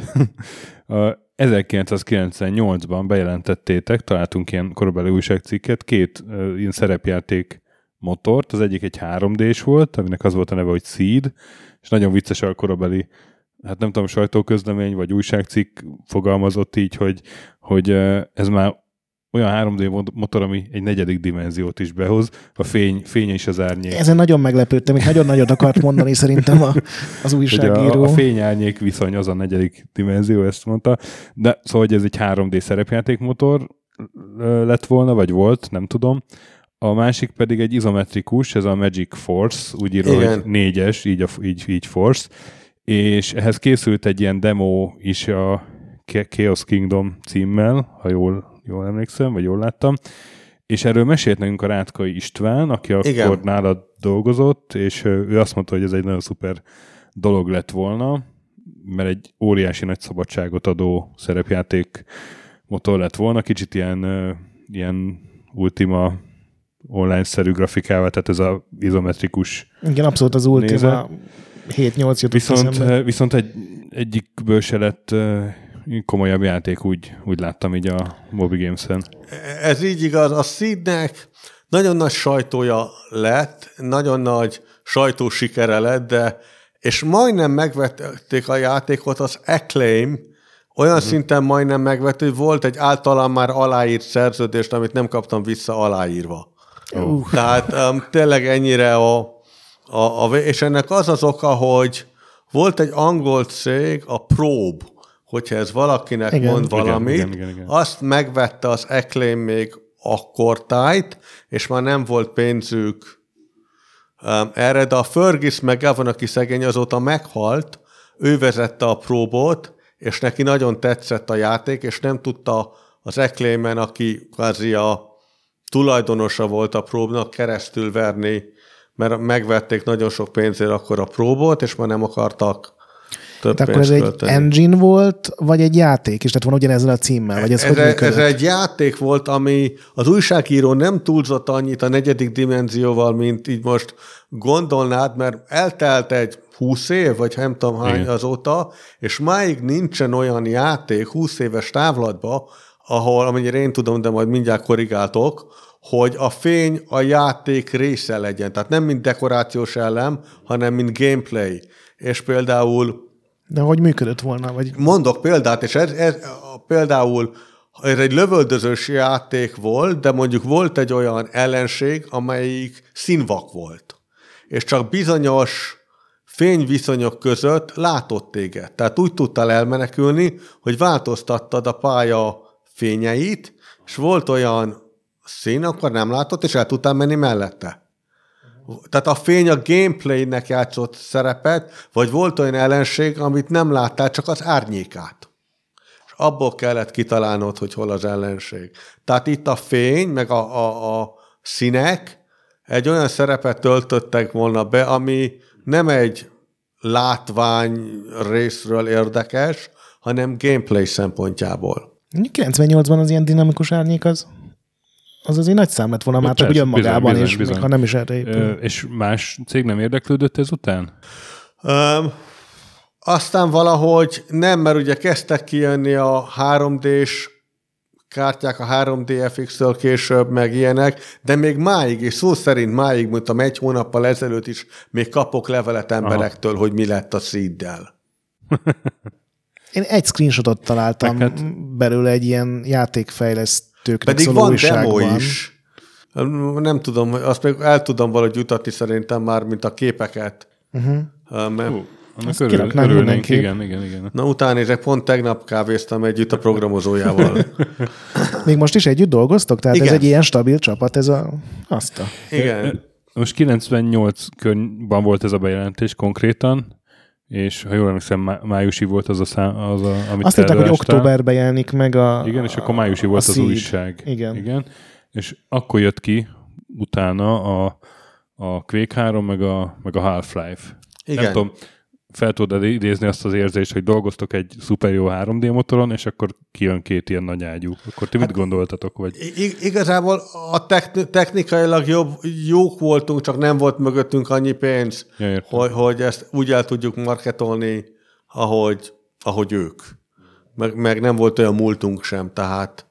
1998-ban bejelentettétek, találtunk ilyen korabeli újságcikket, 2 ilyen szerepjáték motort, az egyik egy 3D-s volt, aminek az volt a neve, hogy Seed, és nagyon vicces a korabeli, hát nem tudom, sajtóközlemény, vagy újságcikk fogalmazott így, hogy ez már olyan 3D motor, ami egy 4. dimenziót is behoz, a fény és az árnyék. Ezen nagyon meglepődtem, hogy nagyon nagyot akart mondani szerintem az újságíró. A fény-árnyék viszony az a 4. dimenzió, ezt mondta, de szóval, hogy ez egy 3D szerepjáték motor lett volna, vagy volt, nem tudom. A másik pedig egy izometrikus, ez a Magic Force, úgy írva, hogy 4-es, így Force, és ehhez készült egy ilyen demo is a Chaos Kingdom címmel, ha jól emlékszem, vagy jól láttam, és erről mesélt nekünk a Rátkai István, aki akkor nálad dolgozott, és ő azt mondta, hogy ez egy nagyon szuper dolog lett volna, mert egy óriási nagy szabadságot adó szerepjáték motor lett volna, kicsit ilyen Ultima online-szerű grafikával, tehát ez az izometrikus. Igen, abszolút az Ultima 7-8 jutott viszont egyikből se lett komolyabb játék, úgy láttam így a Moby Games-en. Ez így igaz. A Seednek nagyon nagy sajtója lett, nagyon nagy sajtósikere lett, és majdnem megvették a játékot, az Acclaim olyan szinten majdnem megvett, hogy volt egy általán már aláírt szerződést, amit nem kaptam vissza aláírva. Tehát tényleg ennyire és ennek az oka, hogy volt egy angol cég, a Probe, hogyha ez valakinek mond valamit, igen. Azt megvette az Acclaim még akkortájt, és már nem volt pénzük erre, de a Fergus McGavin, aki szegény, azóta meghalt, ő vezette a Probe-ot, és neki nagyon tetszett a játék, és nem tudta az Acclaimen, aki kvázi a tulajdonosa volt a Probe-nak, keresztül verni, mert megvették nagyon sok pénzért akkor a Probe-ot, és már nem akartak több pénzt költeni. Tehát akkor ez egy engine volt, vagy egy játék? És tehát van ugyanezzel a címmel? Vagy ez egy játék volt, ami az újságíró nem túlzott annyit a 4. dimenzióval, mint így most gondolnád, mert eltelt egy 20 év, vagy nem tudom hány azóta, és máig nincsen olyan játék 20 éves távlatban, ahol, amennyire én tudom, de majd mindjárt korrigáltok, hogy a fény a játék része legyen. Tehát nem mint dekorációs elem, hanem mint gameplay. És például... De hogy működött volna? Vagy... Mondok példát, és ez például ez egy lövöldözős játék volt, de mondjuk volt egy olyan ellenség, amelyik színvak volt. És csak bizonyos fényviszonyok között látott téged. Tehát úgy tudtál elmenekülni, hogy változtattad a pálya fényeit, és volt olyan szín, akkor nem látott, és el tudtál menni mellette. Tehát a fény a gameplaynek játszott szerepet, vagy volt olyan ellenség, amit nem láttál, csak az árnyékát. És abból kellett kitalálnod, hogy hol az ellenség. Tehát itt a fény, meg a színek egy olyan szerepet töltöttek volna be, ami nem egy látvány részről érdekes, hanem gameplay szempontjából. 98-ban az ilyen dinamikus árnyék az azért nagy szám lett volna már, csak ugyan magában, és ha nem is erre épül. És más cég nem érdeklődött ezután? Aztán valahogy nem, mert ugye kezdtek kijönni a 3D-s kártyák a 3DFX-től később, meg ilyenek, de még máig, és szó szerint máig, mondtam, 1 hónappal ezelőtt is még kapok levelet emberektől, hogy mi lett a Seeddel. Én egy screenshotot találtam belőle egy ilyen játékfejlesztőknek pedig szóló van újságban. demo is. Nem tudom, azt még el tudom valahogy jutatni szerintem már, mint a képeket. Annak örülnénk. Igen. Na utána nézek, pont tegnap kávéztam együtt a programozójával. Még most is együtt dolgoztok? Tehát igen. Ez egy ilyen stabil csapat, ez azt. Igen. Most 98 környben volt ez a bejelentés konkrétan, és ha jól emlékszem, májusi volt az amit azt hitták, hogy októberben jelenik meg a igen, és akkor májusi volt az újság. Igen. És akkor jött ki utána a Quake 3, meg a Half-Life. Igen. Nem tudom, fel tudod idézni azt az érzést, hogy dolgoztok egy szuper jó 3D motoron, és akkor kijön 2 ilyen nagy ágyú. Akkor ti mit gondoltatok? Vagy? Igazából a technikailag jók voltunk, csak nem volt mögöttünk annyi pénz, hogy ezt úgy el tudjuk marketolni, ahogy ők. Meg nem volt olyan múltunk sem, tehát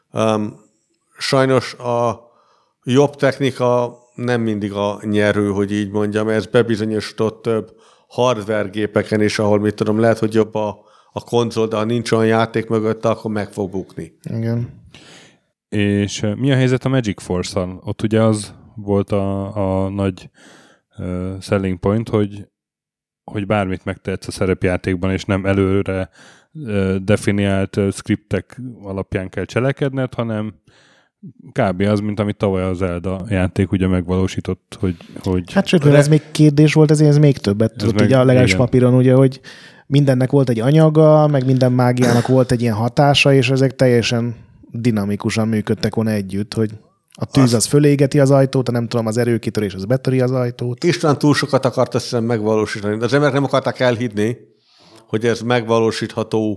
sajnos a jobb technika nem mindig a nyerő, hogy így mondjam, ez bebizonyosított több hardware gépeken is, ahol mit tudom, lehet, hogy jobb a konzol, de ha nincs olyan játék mögötte, akkor meg fog bukni. Igen. És mi a helyzet a Magic Force-al? Ott ugye az volt a nagy selling point, hogy bármit megtehetsz a szerepjátékban, és nem előre definiált scriptek alapján kell cselekedned, hanem kb. Az, mint amit tavaly az Zelda játék ugye megvalósított, hogy... Hát sőt, ez még kérdés volt, ezért ez még többet tudott, ugye a legalábbis papíron, ugye, hogy mindennek volt egy anyaga, meg minden mágiának volt egy ilyen hatása, és ezek teljesen dinamikusan működtek volna együtt, hogy a tűz az fölégeti az ajtót, nem tudom, az erőkitörés az betöri az ajtót. István túl sokat akart azt hiszem megvalósítani, de az emberek nem akarták elhinni, hogy ez megvalósítható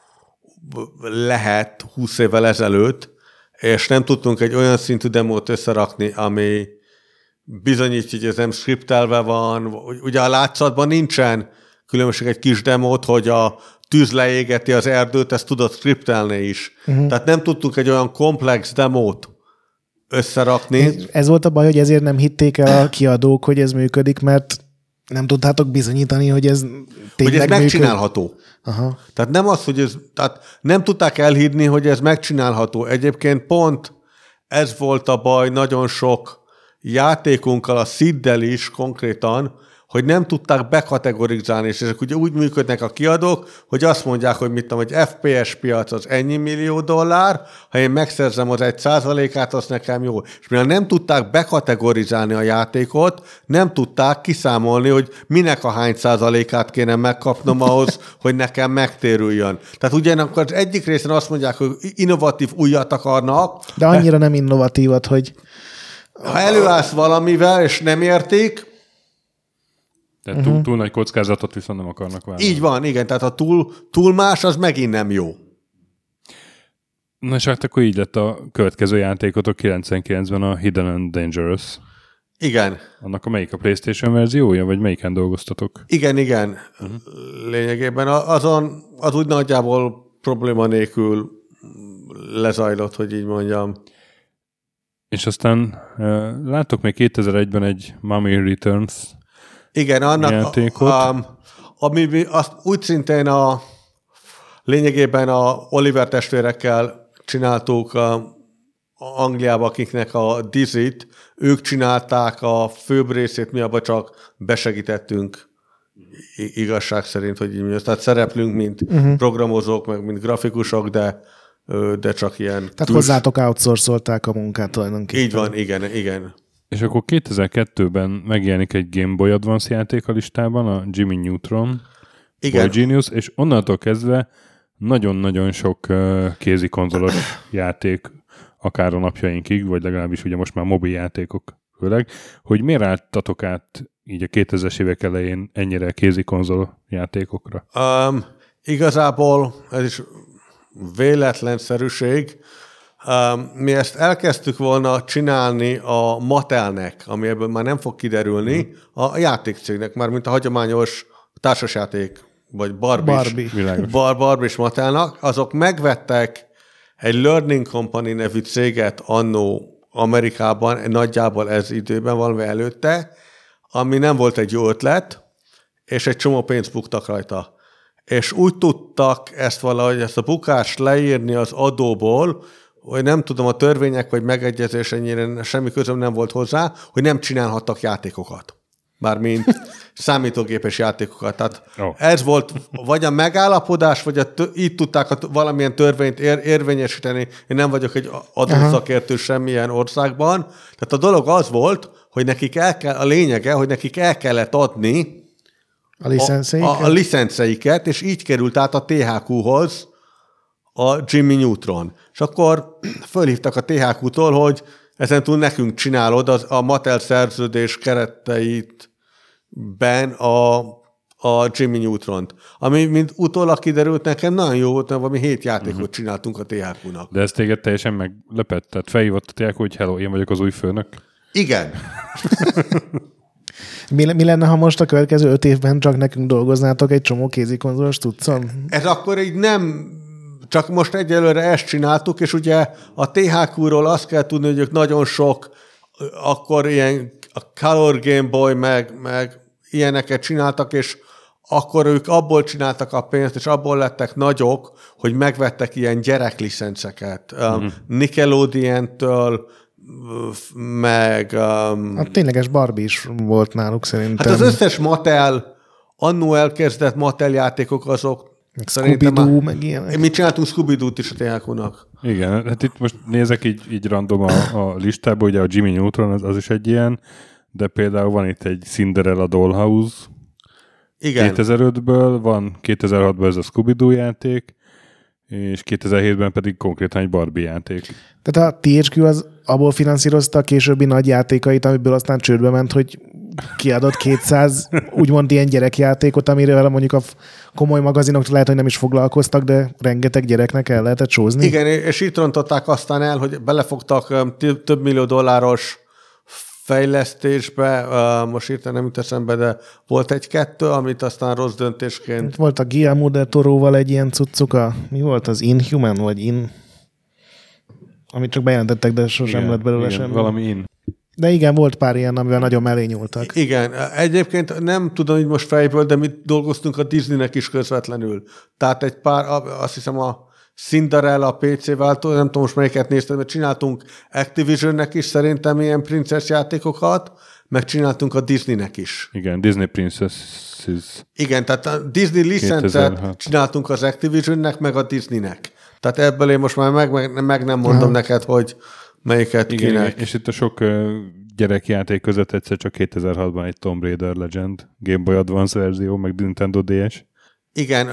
lehet 20 évvel ezelőtt, és nem tudtunk egy olyan szintű demót összerakni, ami bizonyítja, hogy ez nem skriptelve van. Ugye a látszatban nincsen különbség egy kis demót, hogy a tűz leégeti az erdőt, ezt tudod skriptelni is. Tehát nem tudtunk egy olyan komplex demót összerakni. Ez volt a baj, hogy ezért nem hitték el a kiadók, hogy ez működik, mert nem tudtátok bizonyítani, hogy ez tényleg hogy ez megcsinálható. Aha. Tehát nem az, hogy tehát nem tudták elhinni, hogy ez megcsinálható. Egyébként pont ez volt a baj nagyon sok játékunkkal, a Seeddel is konkrétan, hogy nem tudták bekategorizálni, és ezek ugye úgy működnek a kiadók, hogy azt mondják, hogy mit tudom, hogy FPS piac az ennyi millió dollár, ha én megszerzem az 1%-át, az nekem jó. És mivel nem tudták bekategorizálni a játékot, nem tudták kiszámolni, hogy minek a hány százalékát kéne megkapnom ahhoz, hogy nekem megtérüljön. Tehát ugyanakkor az egyik részen azt mondják, hogy innovatív újat akarnak. De annyira nem innovatívat, hogy... Ha előállsz valamivel, és nem értik, tehát túl nagy kockázatot viszont nem akarnak vállalni. Így van, igen, tehát ha túl más, az megint nem jó. Na és hát akkor így lett a következő játékotok 99-ben a Hidden and Dangerous. Igen. Annak a melyik a PlayStation verziója, vagy melyiken dolgoztatok? Igen. Lényegében az úgy nagyjából probléma nélkül lezajlott, hogy így mondjam. És aztán láttok még 2001-ben egy Mummy Returns. Igen, annak ami azt úgy szintén lényegében a Oliver testvérekkel csináltuk Angliába, akiknek a Dizzy-t, ők csinálták a főbb részét, mi abba csak besegítettünk igazság szerint, hogy így tehát szereplünk, mint programozók, meg mint grafikusok, de csak ilyen... Tehát hozzátok outsourcolták a munkát tulajdonképpen. Így van, igen. És akkor 2002-ben megjelenik egy Game Boy Advance játék a listában, a Jimmy Neutron, Boy Genius, és onnantól kezdve nagyon-nagyon sok kézikonzolos játék, akár a napjainkig, vagy legalábbis ugye most már mobil játékok főleg, hogy miért álltatok át így a 2000-es évek elején ennyire kézikonzol játékokra? Igazából ez is véletlenszerűség. Mi ezt elkezdtük volna csinálni a Mattelnek, ami ebből már nem fog kiderülni, a játékcégnek, már mint a hagyományos társasjáték, vagy Barbie-s Mattelnak, azok megvettek egy Learning Company nevű céget annó Amerikában, nagyjából ez időben, valami előtte, ami nem volt egy jó ötlet, és egy csomó pénzt buktak rajta. És úgy tudtak ezt a bukást leírni az adóból, hogy nem tudom, a törvények vagy megegyezés ennyire semmi közöm nem volt hozzá, hogy nem csinálhattak játékokat. Mármint számítógépes játékokat. Tehát ez volt vagy a megállapodás, vagy így tudták valamilyen törvényt érvényesíteni. Én nem vagyok egy adószakértő semmilyen országban. Tehát a dolog az volt, hogy nekik a lényege, hogy nekik el kellett adni a licenceiket, és így került át a THQ-hoz a Jimmy Neutron. És akkor fölhívtak a THQ-tól, hogy ezentúl nekünk csinálod a Mattel szerződés kereteitben a Jimmy Neutront. Ami, mint utólag kiderült, nekem nagyon jó volt, mert valami 7 játékot csináltunk a THQ-nak. De ez téged teljesen meglepett? Tehát felhívott a THQ, hogy hello, én vagyok az új főnök? Igen. Mi lenne, ha most a következő 5 évben csak nekünk dolgoznátok egy csomó kézikonzolos tudszon? Ez akkor így nem... Csak most egyelőre ezt csináltuk, és ugye a THQ-ról azt kell tudni, hogy ők nagyon sok, akkor ilyen a Color Game Boy, meg ilyeneket csináltak, és akkor ők abból csináltak a pénzt, és abból lettek nagyok, hogy megvettek ilyen gyereklicenceket. Nickelodeon-től, meg... A tényleges Barbie is volt náluk szerintem. Hát az összes Mattel, annó elkezdett Mattel játékok azok, Scooby-Doo, meg ilyenek. Mi csináltunk Scooby-Doo-t is a THQ-nak. Igen, hát itt most nézek így random a listába, ugye a Jimmy Neutron az is egy ilyen, de például van itt egy Cinderella Dollhouse, igen. 2005-ből, van 2006-ban ez a Scooby-Doo játék, és 2007-ben pedig konkrétan egy Barbie játék. Tehát a THQ az abból finanszírozta a későbbi nagy játékait, amiből aztán csődbe ment, hogy kiadott 200 úgymond ilyen gyerekjátékot, amiről mondjuk a komoly magazinok lehet, hogy nem is foglalkoztak, de rengeteg gyereknek el lehetett sózni. Igen, és itt rontották aztán el, hogy belefogtak több millió dolláros fejlesztésbe, most írtam nem jut eszembe, de volt 1-2, amit aztán rossz döntésként... Volt a Guillermo del Toróval egy ilyen cuccuk, mi volt az Inhuman, vagy amit csak bejelentettek, de sosem lett belőle semmi. Valami De igen, volt pár ilyen, amivel nagyon mellé nyúltak. Igen, egyébként nem tudom, hogy most fejből, de mi dolgoztunk a Disneynek is közvetlenül. Tehát egy pár, azt hiszem a Cinderella PC váltó, nem tudom most melyiket néztem, mert csináltunk Activisionnek is szerintem ilyen princess játékokat, meg csináltunk a Disneynek is. Igen, Disney Princesses. Igen, tehát a Disney licencet csináltunk az Activisionnek, meg a Disneynek. Tehát ebből én most már meg nem mondom neked, hogy melyiket igen, kinek. És itt a sok gyerekjáték között egyszer csak 2006-ban egy Tomb Raider Legend, Game Boy Advance verzió, meg Nintendo DS. Igen,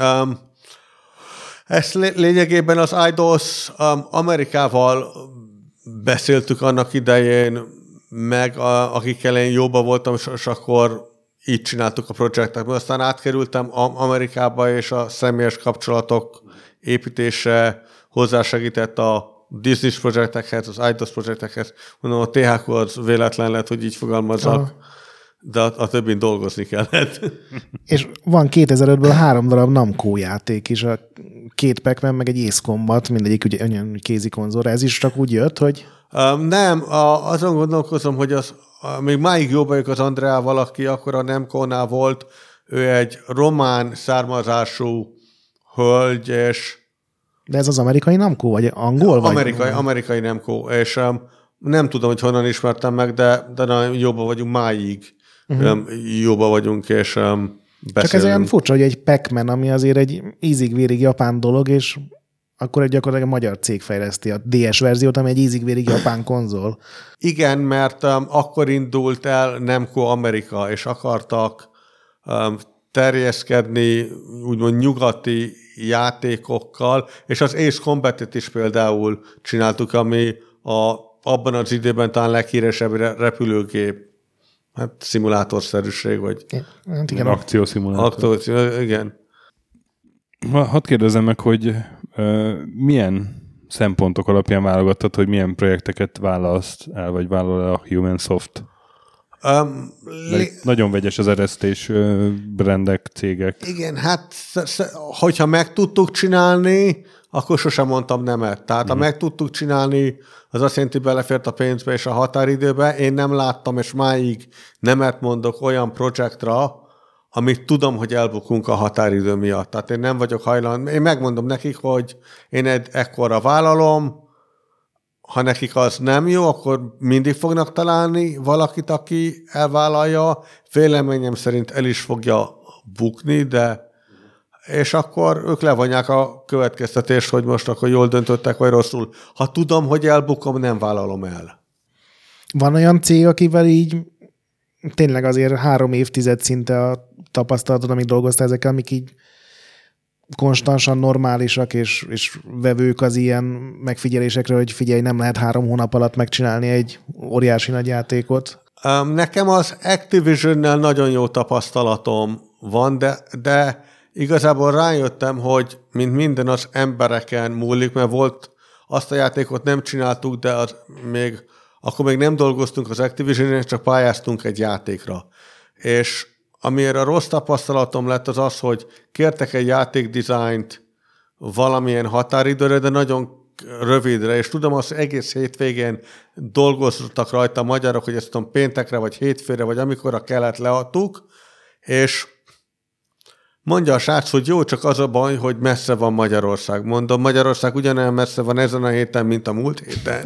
ezt lényegében az IDOS Amerikával beszéltük annak idején, meg akikkel én jóba voltam, és akkor így csináltuk a projektet. Aztán átkerültem Amerikába, és a személyes kapcsolatok építése hozzásegített a Disney projektekhez, az IDOS projektekhez. Mondom, a THQ az véletlen lett, hogy így fogalmazzak, de a többin dolgozni kellett. És van 2005-ből 3 darab Namco játék is, a 2 Pac-Man, meg egy Ace Combat, mindegyik ugye kézi konzolra. Ez is csak úgy jött, hogy... Nem, azon gondolkozom, hogy még máig jó vagyok az Andreával, aki akkor a Namco-nál volt, ő egy román származású hölgy, és... De ez az amerikai Namco, vagy angol? Amerikai Namco, és nem tudom, hogy honnan ismertem meg, de nagyon jóba vagyunk máig. Jóba vagyunk, és beszélünk. Csak ez olyan furcsa, hogy egy Pac-Man, ami azért egy ízig-vérig japán dolog, és akkor gyakorlatilag a magyar cég fejleszti a DS verziót, ami egy ízig-vérig japán konzol. Igen, mert akkor indult el Namco Amerika, és akartak terjeszkedni úgymond nyugati játékokkal, és az Ace Combat-et is például csináltuk, ami abban az időben talán leghíresebb repülőgép, hát szimulátorszerűség, vagy hát igen, akciószimulátor. Igen. Hadd kérdezzem meg, hogy milyen szempontok alapján válogattad, hogy milyen projekteket válasz el, vagy vállal a Human Soft? Nagyon vegyes az eresztés brandek, cégek. Igen, hát hogyha meg tudtuk csinálni, akkor sosem mondtam nemet. Tehát ha meg tudtuk csinálni, az azt jelenti, belefért a pénzbe és a határidőbe. Én nem láttam, és máig nemet mondok olyan projektra, amit tudom, hogy elbukunk a határidő miatt. Tehát én nem vagyok hajlandó. Én megmondom nekik, hogy én ekkora vállalom, ha nekik az nem jó, akkor mindig fognak találni valakit, aki elvállalja. Véleményem szerint el is fogja bukni, de és akkor ők levonják a következtetést, hogy most akkor jól döntöttek, vagy rosszul. Ha tudom, hogy elbukom, nem vállalom el. Van olyan cég, akivel így tényleg azért 3 évtized szinte a tapasztalatod, amíg dolgoztál ezekkel, amik így konstansan normálisak, és vevők az ilyen megfigyelésekre, hogy figyelj, nem lehet 3 hónap alatt megcsinálni egy óriási nagy játékot? Nekem az Activision-nel nagyon jó tapasztalatom van, de igazából rájöttem, hogy mint minden az embereken múlik, mert volt azt a játékot nem csináltuk, de akkor még nem dolgoztunk az Activision-en, csak pályáztunk egy játékra. És amire a rossz tapasztalatom lett az az, hogy kértek egy játékdizájnt valamilyen határidőre, de nagyon rövidre, és tudom, hogy egész hétvégén dolgoztak rajta a magyarok, hogy ezt tudom péntekre, vagy hétfőre, vagy amikorra kellett leadtuk, és mondja a srác, hogy jó, csak az a baj, hogy messze van Magyarország. Mondom, Magyarország ugyanolyan messze van ezen a héten, mint a múlt héten.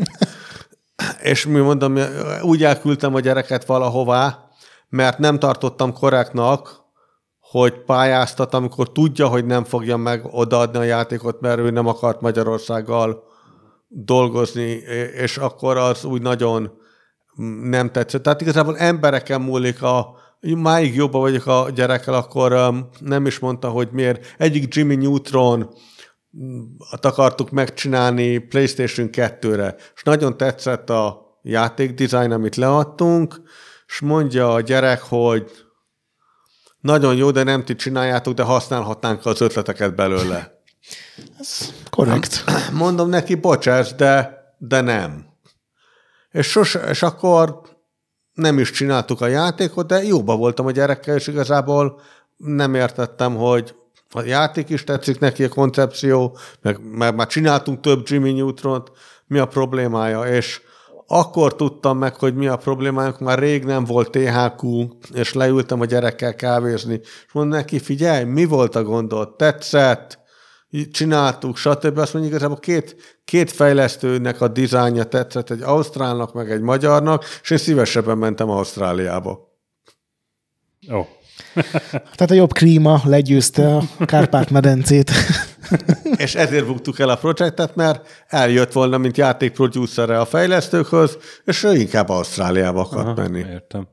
És mi mondom, úgy elküldtem a gyereket valahová, mert nem tartottam korrektnak, hogy pályáztat, amikor tudja, hogy nem fogja meg odaadni a játékot, mert ő nem akart Magyarországgal dolgozni, és akkor az úgy nagyon nem tetszett. Tehát igazából embereken múlik máig jobban vagyok a gyerekkel, akkor nem is mondta, hogy miért. Egyik Jimmy Neutron akartuk megcsinálni PlayStation 2-re, és nagyon tetszett a játékdesign, amit leadtunk, és mondja a gyerek, hogy nagyon jó, de nem ti csináljátok, de használhatnánk az ötleteket belőle. Ez korrekt. Mondom neki, bocsáss, de nem. És akkor nem is csináltuk a játékot, de jóba voltam a gyerekkel, és igazából nem értettem, hogy a játék is tetszik neki, a koncepció, meg már csináltunk több Jimmy Neutront, mi a problémája, és akkor tudtam meg, hogy mi a problémájuk, már rég nem volt THQ, és leültem a gyerekkel kávézni, és mondom neki, figyelj, mi volt a gondod, tetszett, csináltuk, stb. Azt mondjuk, igazából két fejlesztőnek a dizájnja tetszett, egy ausztrálnak, meg egy magyarnak, és én szívesebben mentem Ausztráliába. Ó. Tehát a jobb klíma legyőzte a Kárpát-medencét. És ezért buktuk el a projektet, mert eljött volna, mint játékproducerre a fejlesztőkhöz, és ő inkább Ausztráliába akart menni. Értem.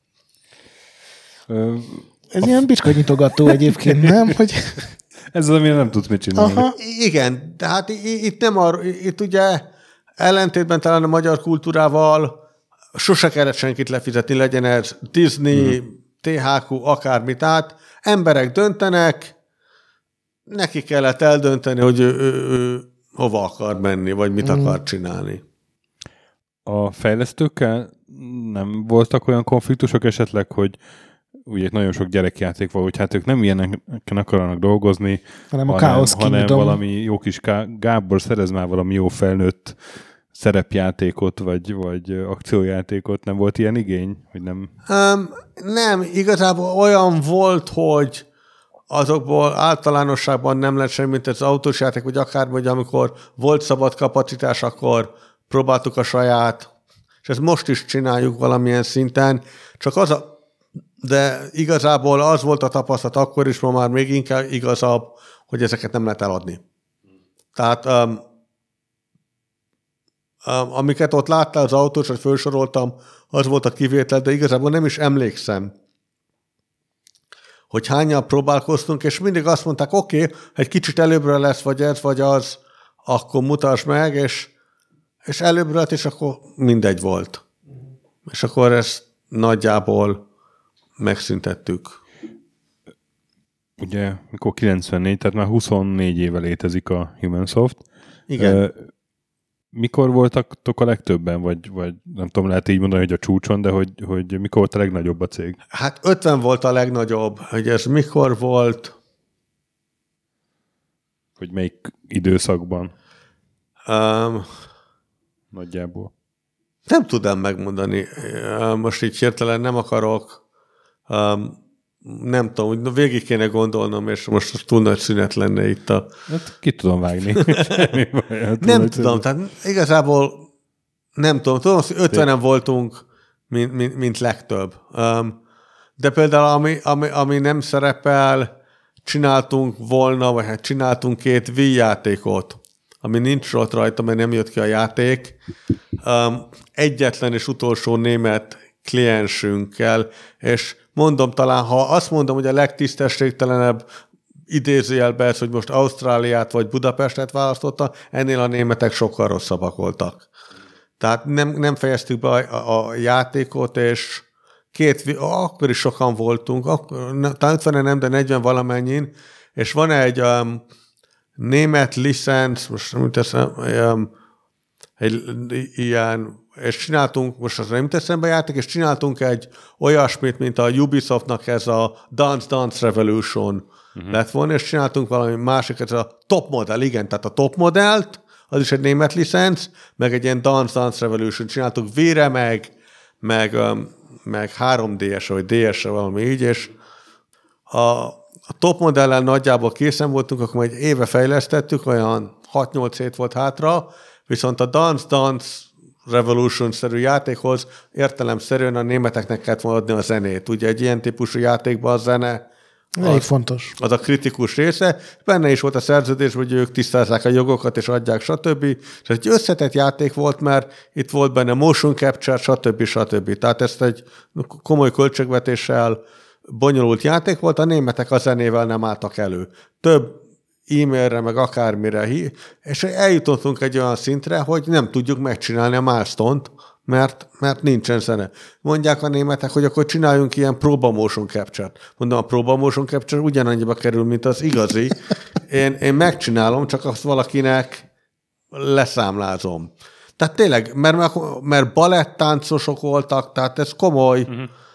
Ez ilyen bicskanyitogató egyébként, nem? Hogy... Ez az, amire nem tudsz mit csinálni. Aha. Igen, de hát itt ugye ellentétben talán a magyar kultúrával sose kellett senkit lefizetni, legyen ez Disney, THQ, akármi, tehát emberek döntenek, neki kellett eldönteni, hogy ő hova akar menni, vagy mit akar csinálni. A fejlesztőkkel nem voltak olyan konfliktusok esetleg, hogy ugye nagyon sok gyerekjáték van, hogy hát ők nem ilyeneken akarnak dolgozni, hanem valami jó kis Gábor, szerez már valami jó felnőtt szerepjátékot, vagy akciójátékot. Nem volt ilyen igény? Hogy nem? Nem, igazából olyan volt, hogy azokból általánosságban nem lett semmi, mint az autós játék, vagy akármi, hogy amikor volt szabad kapacitás, akkor próbáltuk a saját, és ezt most is csináljuk valamilyen szinten, csak az a de igazából az volt a tapasztalat akkor is, ma már még inkább igazabb, hogy ezeket nem lehet eladni. Tehát amiket ott láttál az autós, hogy felsoroltam, az volt a kivétel, de igazából nem is emlékszem, hogy hányan próbálkoztunk, és mindig azt mondták, oké, egy kicsit előbbre lesz, vagy ez, vagy az, akkor mutasd meg, és előbbre lett, és akkor mindegy volt. És akkor ezt nagyjából megszüntettük. Ugye, mikor 94, tehát már 24 éve létezik a Humansoft. Igen. Mikor voltatok a legtöbben, vagy nem tudom, lehet így mondani, hogy a csúcson, de hogy mikor volt a legnagyobb a cég? Hát 50 volt a legnagyobb. Hogy ez mikor volt? Hogy melyik időszakban? Nagyjából. Nem tudom megmondani. Most így hirtelen nem akarok. Nem tudom, végig kéne gondolnom, és most túl nagy szünet lenne itt a... Hát ki tudom vágni. Nem tudom, tehát igazából nem tudom. Tudom, hogy 50-en voltunk, mint legtöbb. De például ami nem szerepel, csináltunk volna, vagy hát csináltunk 2 Wii játékot, ami nincs ott rajta, mert nem jött ki a játék. Egyetlen és utolsó német kliensünkkel, és mondom, talán ha azt mondom, hogy a legtisztességtelenebb idézőjelben ez, hogy most Ausztráliát vagy Budapestet választotta, ennél a németek sokkal rosszabbak voltak. Tehát nem fejeztük be a játékot, és akkor is sokan voltunk, talán 50 nem, de 40 valamennyin, és van egy német licenc, most nem teszem, egy ilyen, és csináltunk, most az nem teszem be játék, és csináltunk egy olyasmit, mint a Ubisoftnak ez a Dance Revolution lett volna, és csináltunk valami másik, ez a Top Model, igen, tehát a Top Modelt, az is egy német licenc, meg egy ilyen Dance Revolution csináltuk Wii-re, meg 3DS-re, vagy DS-re, valami így, és a Top Modellel nagyjából készen voltunk, akkor egy éve fejlesztettük, olyan 6-8 hét volt hátra, viszont a Dance Revolution-szerű játékhoz értelemszerűen a németeknek kellett volna adni a zenét. Ugye egy ilyen típusú játékban a zene fontos. Az a kritikus része. Benne is volt a szerződés, hogy ők tisztázzák a jogokat, és adják, stb. És egy összetett játék volt, mert itt volt benne motion capture, stb. Tehát ezt egy komoly költségvetéssel bonyolult játék volt, a németek a zenével nem álltak elő. Több e-mailre, meg akármire, és eljutottunk egy olyan szintre, hogy nem tudjuk megcsinálni a milestone-t, mert nincsen zene. Mondják a németek, hogy akkor csináljunk ilyen próba motion capture-t. Mondom, a próba motion capture ugyanannyiba kerül, mint az igazi. Én megcsinálom, csak azt valakinek leszámlázom. Tehát tényleg, mert balettáncosok voltak, tehát ez komoly.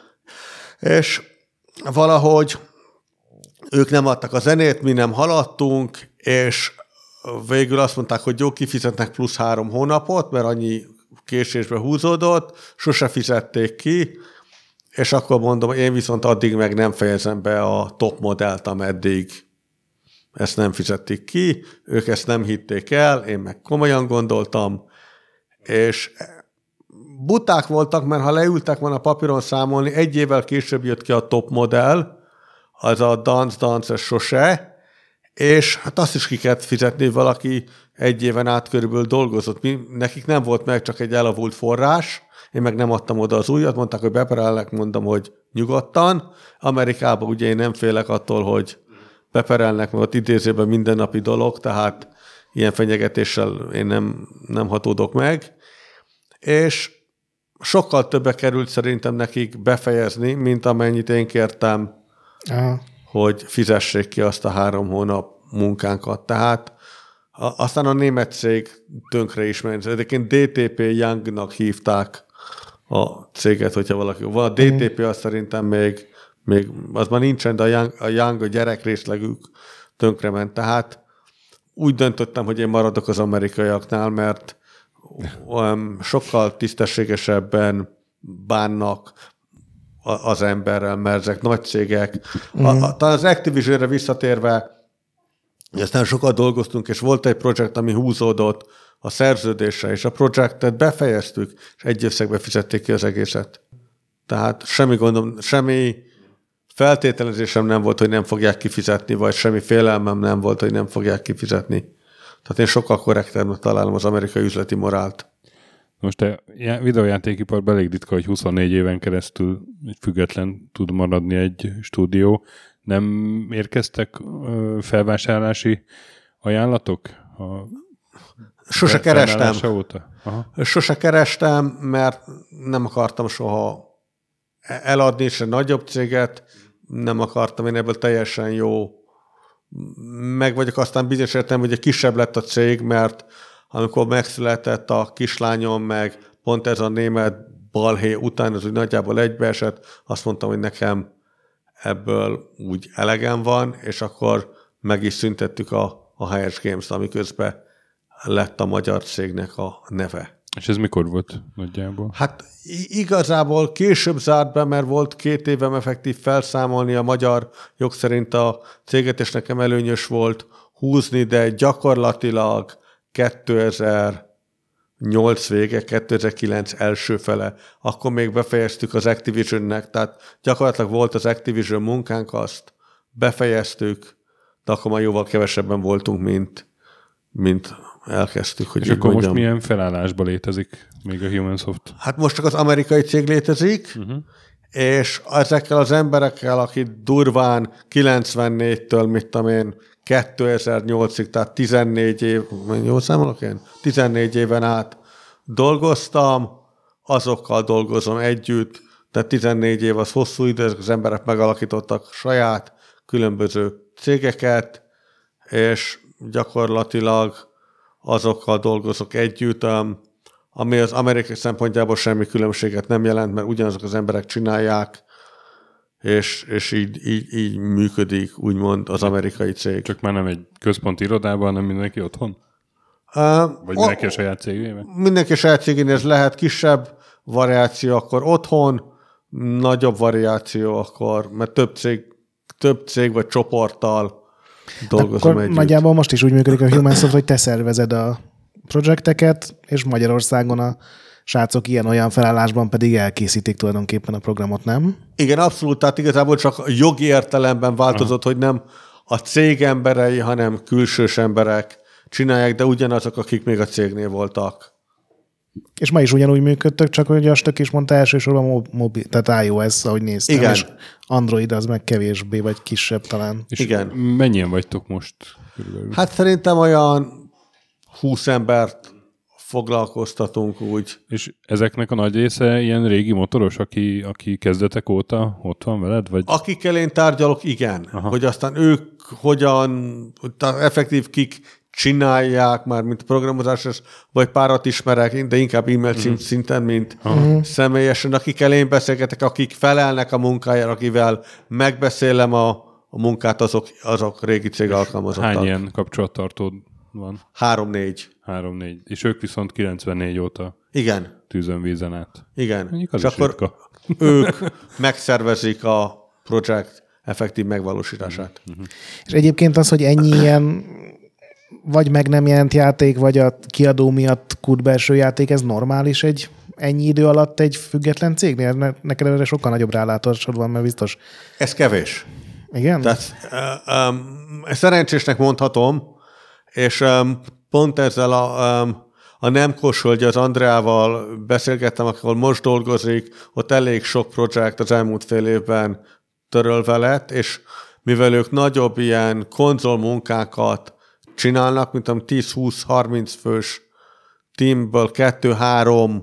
És valahogy ők nem adtak a zenét, mi nem haladtunk, és végül azt mondták, hogy jó, kifizetnek plusz 3 hónapot, mert annyi késésbe húzódott, sose fizették ki, és akkor mondom, én viszont addig meg nem fejezem be a Top Modellt, ameddig ezt nem fizették ki, ők ezt nem hitték el, én meg komolyan gondoltam, és buták voltak, mert ha leültek volna papíron számolni, 1 évvel később jött ki a Top Modell, az a Dance sose, és hát azt is ki kellett fizetni, valaki 1 éven át körülbelül dolgozott. Nekik nem volt meg csak egy elavult forrás, én meg nem adtam oda az újat, mondták, hogy beperelnek, mondom, hogy nyugodtan. Amerikában ugye én nem félek attól, hogy beperelnek, mert ott idézőben mindennapi dolog, tehát ilyen fenyegetéssel én nem hatódok meg. És sokkal többe került szerintem nekik befejezni, mint amennyit én kértem, hogy fizessék ki azt a 3 hónap munkánkat. Tehát aztán a német cég tönkre is ment. Egyébként DTP Youngnak hívták a céget, hogyha valaki van. A DTP az szerintem még az már nincsen, de a Young, a gyerekrészlegük tönkre ment. Tehát úgy döntöttem, hogy én maradok az amerikaiaknál, mert sokkal tisztességesebben bánnak az emberrel, mert ezek nagy cégek. Talán az Activision-re visszatérve, aztán sokat dolgoztunk, és volt egy projekt, ami húzódott a szerződésre, és a projektet befejeztük, és egy összegbe fizették ki az egészet. Tehát semmi gondom, semmi feltételezésem nem volt, hogy nem fogják kifizetni, vagy semmi félelmem nem volt, hogy nem fogják kifizetni. Tehát én sokkal korrektebbnek találom az amerikai üzleti morált. Most a videójátékiparban elég ritka, hogy 24 éven keresztül független tud maradni egy stúdió. Nem érkeztek felvásárlási ajánlatok? Sose kerestem. Óta? Aha. Sose kerestem, mert nem akartam soha eladni, és egy nagyobb céget nem akartam, én ebből teljesen jó meg vagyok, aztán bizonyos értem, hogy kisebb lett a cég, mert amikor megszületett a kislányom, meg pont ez a német balhé után, az úgy nagyjából egybeesett, azt mondtam, hogy nekem ebből úgy elegem van, és akkor meg is szüntettük a HS Games-t, amiközben lett a magyar cégnek a neve. És ez mikor volt nagyjából? Hát igazából később zárt be, mert volt 2 évem effektív felszámolni a magyar jog szerint a céget, és nekem előnyös volt húzni, de gyakorlatilag 2008 vége, 2009 első fele, akkor még befejeztük az Activisionnek, tehát gyakorlatilag volt az Activision munkánk, azt befejeztük, de akkor már jóval kevesebben voltunk, mint elkezdtük. Hogy és akkor mondjam. Most milyen felállásban létezik még a HumanSoft? Hát most csak az amerikai cég létezik, és ezekkel az emberekkel, akik durván 94-től, mit tudom én, 2008-ig, tehát 14 év, jól számolok én? 14 éven át dolgoztam, azokkal dolgozom együtt, tehát 14 év az hosszú idő, ezek az emberek megalakítottak saját különböző cégeket, és gyakorlatilag azokkal dolgozok együtt, ami az amerikai szempontjából semmi különbséget nem jelent, mert ugyanazok az emberek csinálják, és így működik, úgymond az amerikai cég. Csak már nem egy központi irodában, hanem mindenki otthon? Vagy mindenki a saját cégében? Mindenki a saját cégén, ez lehet kisebb variáció, akkor otthon, nagyobb variáció, akkor, mert több cég vagy csoporttal dolgozom akkor együtt. Nagyjából most is úgy működik a HumanSoft, hogy te szervezed a projekteket, és Magyarországon a srácok ilyen-olyan felállásban pedig elkészítik tulajdonképpen a programot, nem? Igen, abszolút, tehát igazából csak jogi értelemben változott, hogy nem a cég emberei, hanem külsős emberek csinálják, de ugyanazok, akik még a cégnél voltak. És ma is ugyanúgy működtök, csak hogy azt is mondta elsősorban mobil, tehát iOS, ahogy néztem, igen. És Android az meg kevésbé, vagy kisebb talán. És igen. Mennyien vagytok most? Körülbelül? Hát szerintem olyan 20 embert foglalkoztatunk úgy. És ezeknek a nagy része ilyen régi motoros, aki kezdetek óta ott van veled? Vagy? Akikkel én tárgyalok, igen. Aha. Hogy aztán ők hogyan, effektív kik csinálják már, mint programozás, vagy párat ismerek, de inkább e-mail szinten, mint személyesen. Akikkel én beszélgetek, akik felelnek a munkájára, akivel megbeszélem a munkát, azok régi cég alkalmazottak. Hány ilyen kapcsolattartód van? 3-4. 3-4. És ők viszont 94 óta igen. tűzön vízen át. Igen. És akkor ők megszervezik a projekt effektív megvalósítását. És egyébként az, hogy ennyi ilyen vagy meg nem jelent játék, vagy a kiadó miatt kútbelső játék, ez normális ennyi idő alatt egy független cégnél? Neked erre sokkal nagyobb rálátásod van, mert biztos. Ez kevés. Igen? Tehát szerencsésnek mondhatom, és pont ezzel a Nemkos hölgy, az Andreával beszélgettem, ahol most dolgozik, ott elég sok projekt az elmúlt fél évben törölve lett, és mivel ők nagyobb ilyen konzol munkákat csinálnak, mint 10-20-30 fős teamből 2-3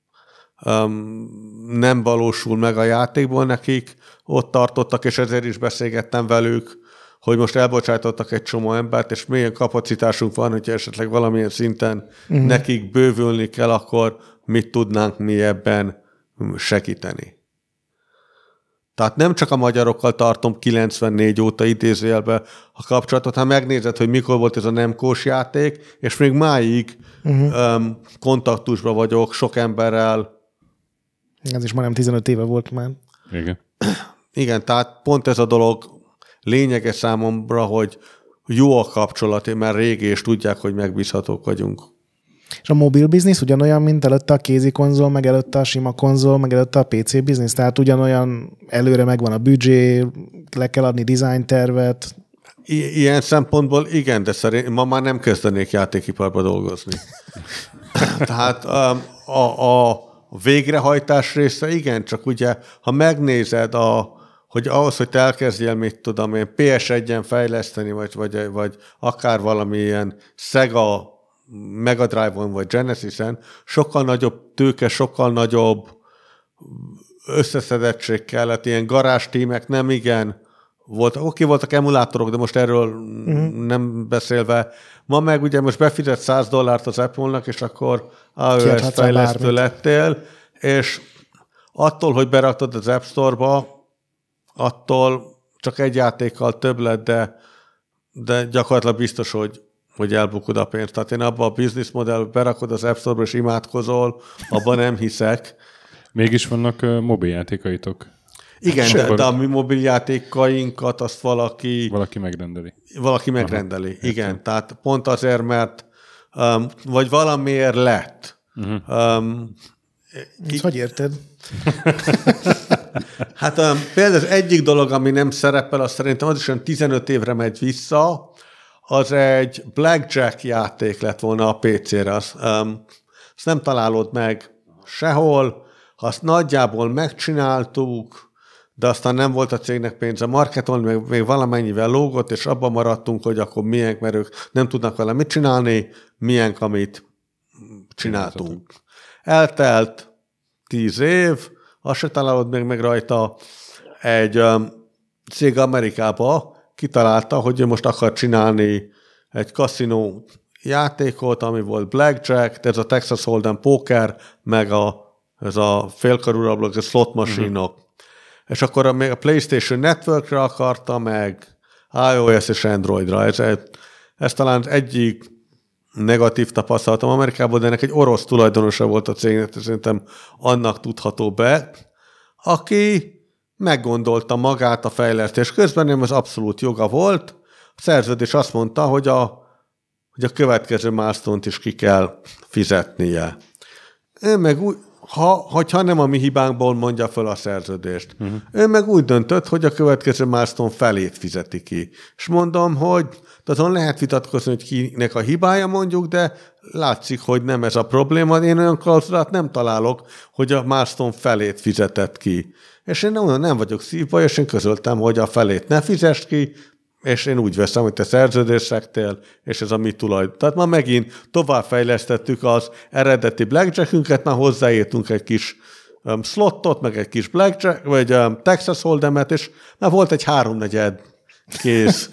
nem valósul meg a játékból nekik, ott tartottak, és ezért is beszélgettem velük, hogy most elbocsátottak egy csomó embert, és milyen kapacitásunk van, hogyha esetleg valamilyen szinten nekik bővülni kell, akkor mit tudnánk mi ebben segíteni. Tehát nem csak a magyarokkal tartom 94 óta idézőjelbe a kapcsolatot, ha megnézed, hogy mikor volt ez a Nemkós játék, és még máig kontaktusban vagyok sok emberrel. Ez is majdnem 15 éve volt már. Igen. Igen, tehát pont ez a dolog lényeges számomra, hogy jó a kapcsolat, mert régi, és tudják, hogy megbízhatók vagyunk. És a mobil biznisz ugyanolyan, mint előtte a kézi konzol, meg előtte a sima konzol, meg előtte a PC biznisz? Tehát ugyanolyan előre megvan a büdzsé, le kell adni design tervet? Ilyen szempontból igen, de szerintem ma már nem kezdenék játékiparba dolgozni. Tehát a végrehajtás része igen, csak ugye, ha megnézed, hogy ahhoz, hogy te elkezdjél, mit tudom én, PS1-en fejleszteni, vagy akár valamilyen Sega Mega Drive-on, vagy Genesis-en, sokkal nagyobb tőke, sokkal nagyobb összeszedettség kellett, ilyen garázstímek nem igen voltak emulátorok, de most erről nem beszélve. Ma meg ugye most befizet $100 az Apple-nak, és akkor iOS fejlesztő lettél, és attól, hogy beraktad az App Store-ba, attól csak egy játékkal több lett, de gyakorlatilag biztos, hogy elbukod a pénzt. Tehát én abban a business modellben berakod az App Store-ba, és imádkozol, abban nem hiszek. Mégis vannak mobiljátékaitok. Igen, de a mi mobiljátékainkat azt valaki megrendeli. Valaki megrendeli, aha, igen. Értem. Tehát pont azért, mert vagy valamiért lett. Hogy érted? Hát például az egyik dolog, ami nem szerepel, az szerintem az is olyan 15 évre megy vissza, az egy Blackjack játék lett volna a PC-re. Azt nem találod meg sehol, azt nagyjából megcsináltuk, de aztán nem volt a cégnek pénze marketolni, még valamennyivel lógott, és abban maradtunk, hogy akkor miénk, mert ők nem tudnak vele mit csinálni, miénk, amit csináltunk. Eltelt 10 év, azt se találod még meg rajta, egy cég Amerikába kitalálta, hogy ő most akar csinálni egy kaszinó játékot, ami volt Blackjack, ez a Texas Hold'em Poker, meg ez a félkarú rablók, a slot machine-ok. És akkor még a PlayStation Networkre akarta, meg iOS és Androidra. Ez talán egyik negatív tapasztalatom Amerikában, de ennek egy orosz tulajdonosa volt a cégnek, szerintem annak tudható be, aki meggondolta magát a fejlesztés közben, nem az abszolút joga volt. A szerződés azt mondta, hogy a következő milestone-t is ki kell fizetnie. Ő meg úgy, ha nem a mi hibánkból mondja fel a szerződést. Ő meg úgy döntött, hogy a következő milestone felét fizeti ki. És mondom, hogy azon lehet vitatkozni, hogy kinek a hibája mondjuk, de látszik, hogy nem ez a probléma. Én olyan klauzulát nem találok, hogy a milestone felét fizetett ki. És én nem vagyok szívbaj, és én közöltem, hogy a felét ne fizest ki, és én úgy veszem, hogy te szerződésektél, és ez a mi tulajdon. Tehát ma megint továbbfejlesztettük az eredeti blackjackünket, már hozzáértünk egy kis slottot, meg egy kis blackjack, vagy Texas Hold'emet, és már volt egy 3/4 kész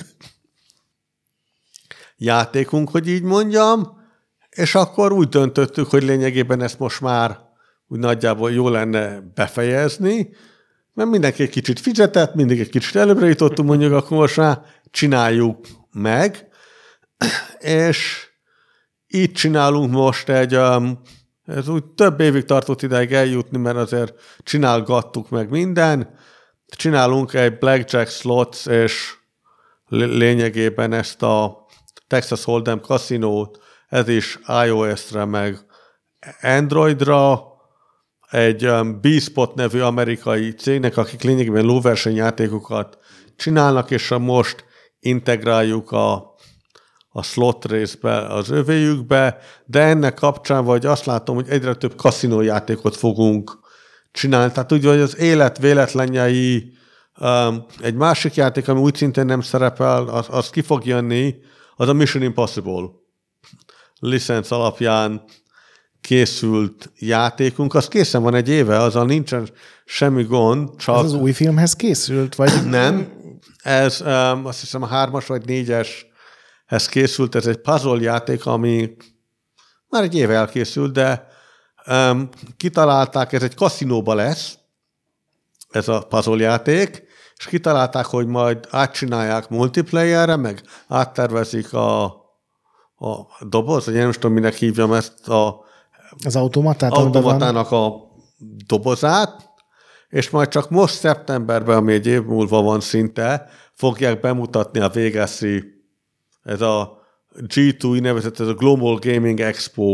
játékunk, hogy így mondjam, és akkor úgy döntöttük, hogy lényegében ezt most már úgy nagyjából jó lenne befejezni, mert mindenki egy kicsit fizetett, mindig egy kicsit előbbre jutottunk, mondjuk, akkor most már csináljuk meg, és így csinálunk most ez úgy több évig tartott ideig eljutni, mert azért csinálgattuk meg minden, csinálunk egy Blackjack slots, és lényegében ezt a Texas Hold'em kaszinót, ez is iOS-re, meg Androidra, egy B-Spot nevű amerikai cégnek, akik lényegében lóversenyjátékokat csinálnak, és most integráljuk a slot részbe az övéjükbe, de ennek kapcsán vagy azt látom, hogy egyre több kaszinójátékot fogunk csinálni. Tehát úgy, hogy az élet véletlenjei, egy másik játék, ami úgy szintén nem szerepel, az ki fog jönni, az a Mission Impossible licenc alapján készült játékunk, az készen van egy éve, azzal nincsen semmi gond, csak... Ez az új filmhez készült, vagy? Nem, ez azt hiszem a 3-as vagy 4-eshez készült, ez egy puzzle játék, ami már egy éve elkészült, de kitalálták, ez egy kaszinóba lesz, ez a puzzle játék, és kitalálták, hogy majd átcsinálják multiplayerre, meg áttervezik a doboz, vagy én nem tudom, minek hívjam ezt az automatának a dobozát, és majd csak most szeptemberben, ami egy év múlva van szinte, fogják bemutatni a Vegas-i, ez a G2 nevezett, ez a Global Gaming Expo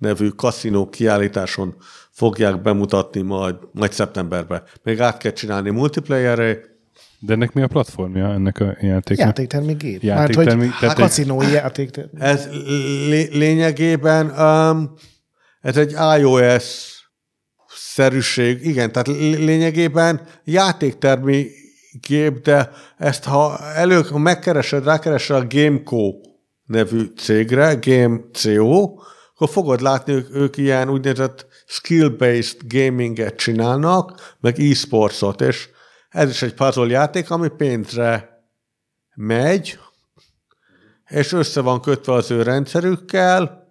nevű kaszinó kiállításon fogják bemutatni majd szeptemberben. Még át kell csinálni multiplayerre. De ennek mi a platformja ennek a játéknak? Játéktermék. Hát kaszinói játéktermék. Ez lényegében ez egy iOS-szerűség. Igen, tehát lényegében játéktermékgép, de ezt ha rákeresel a GameCo nevű cégre, GameCO, akkor fogod látni, ők ilyen úgynevezett skill-based gaminget csinálnak, meg e-sportsot, és ez is egy puzzle játék, ami pénzre megy, és össze van kötve az ő rendszerükkel,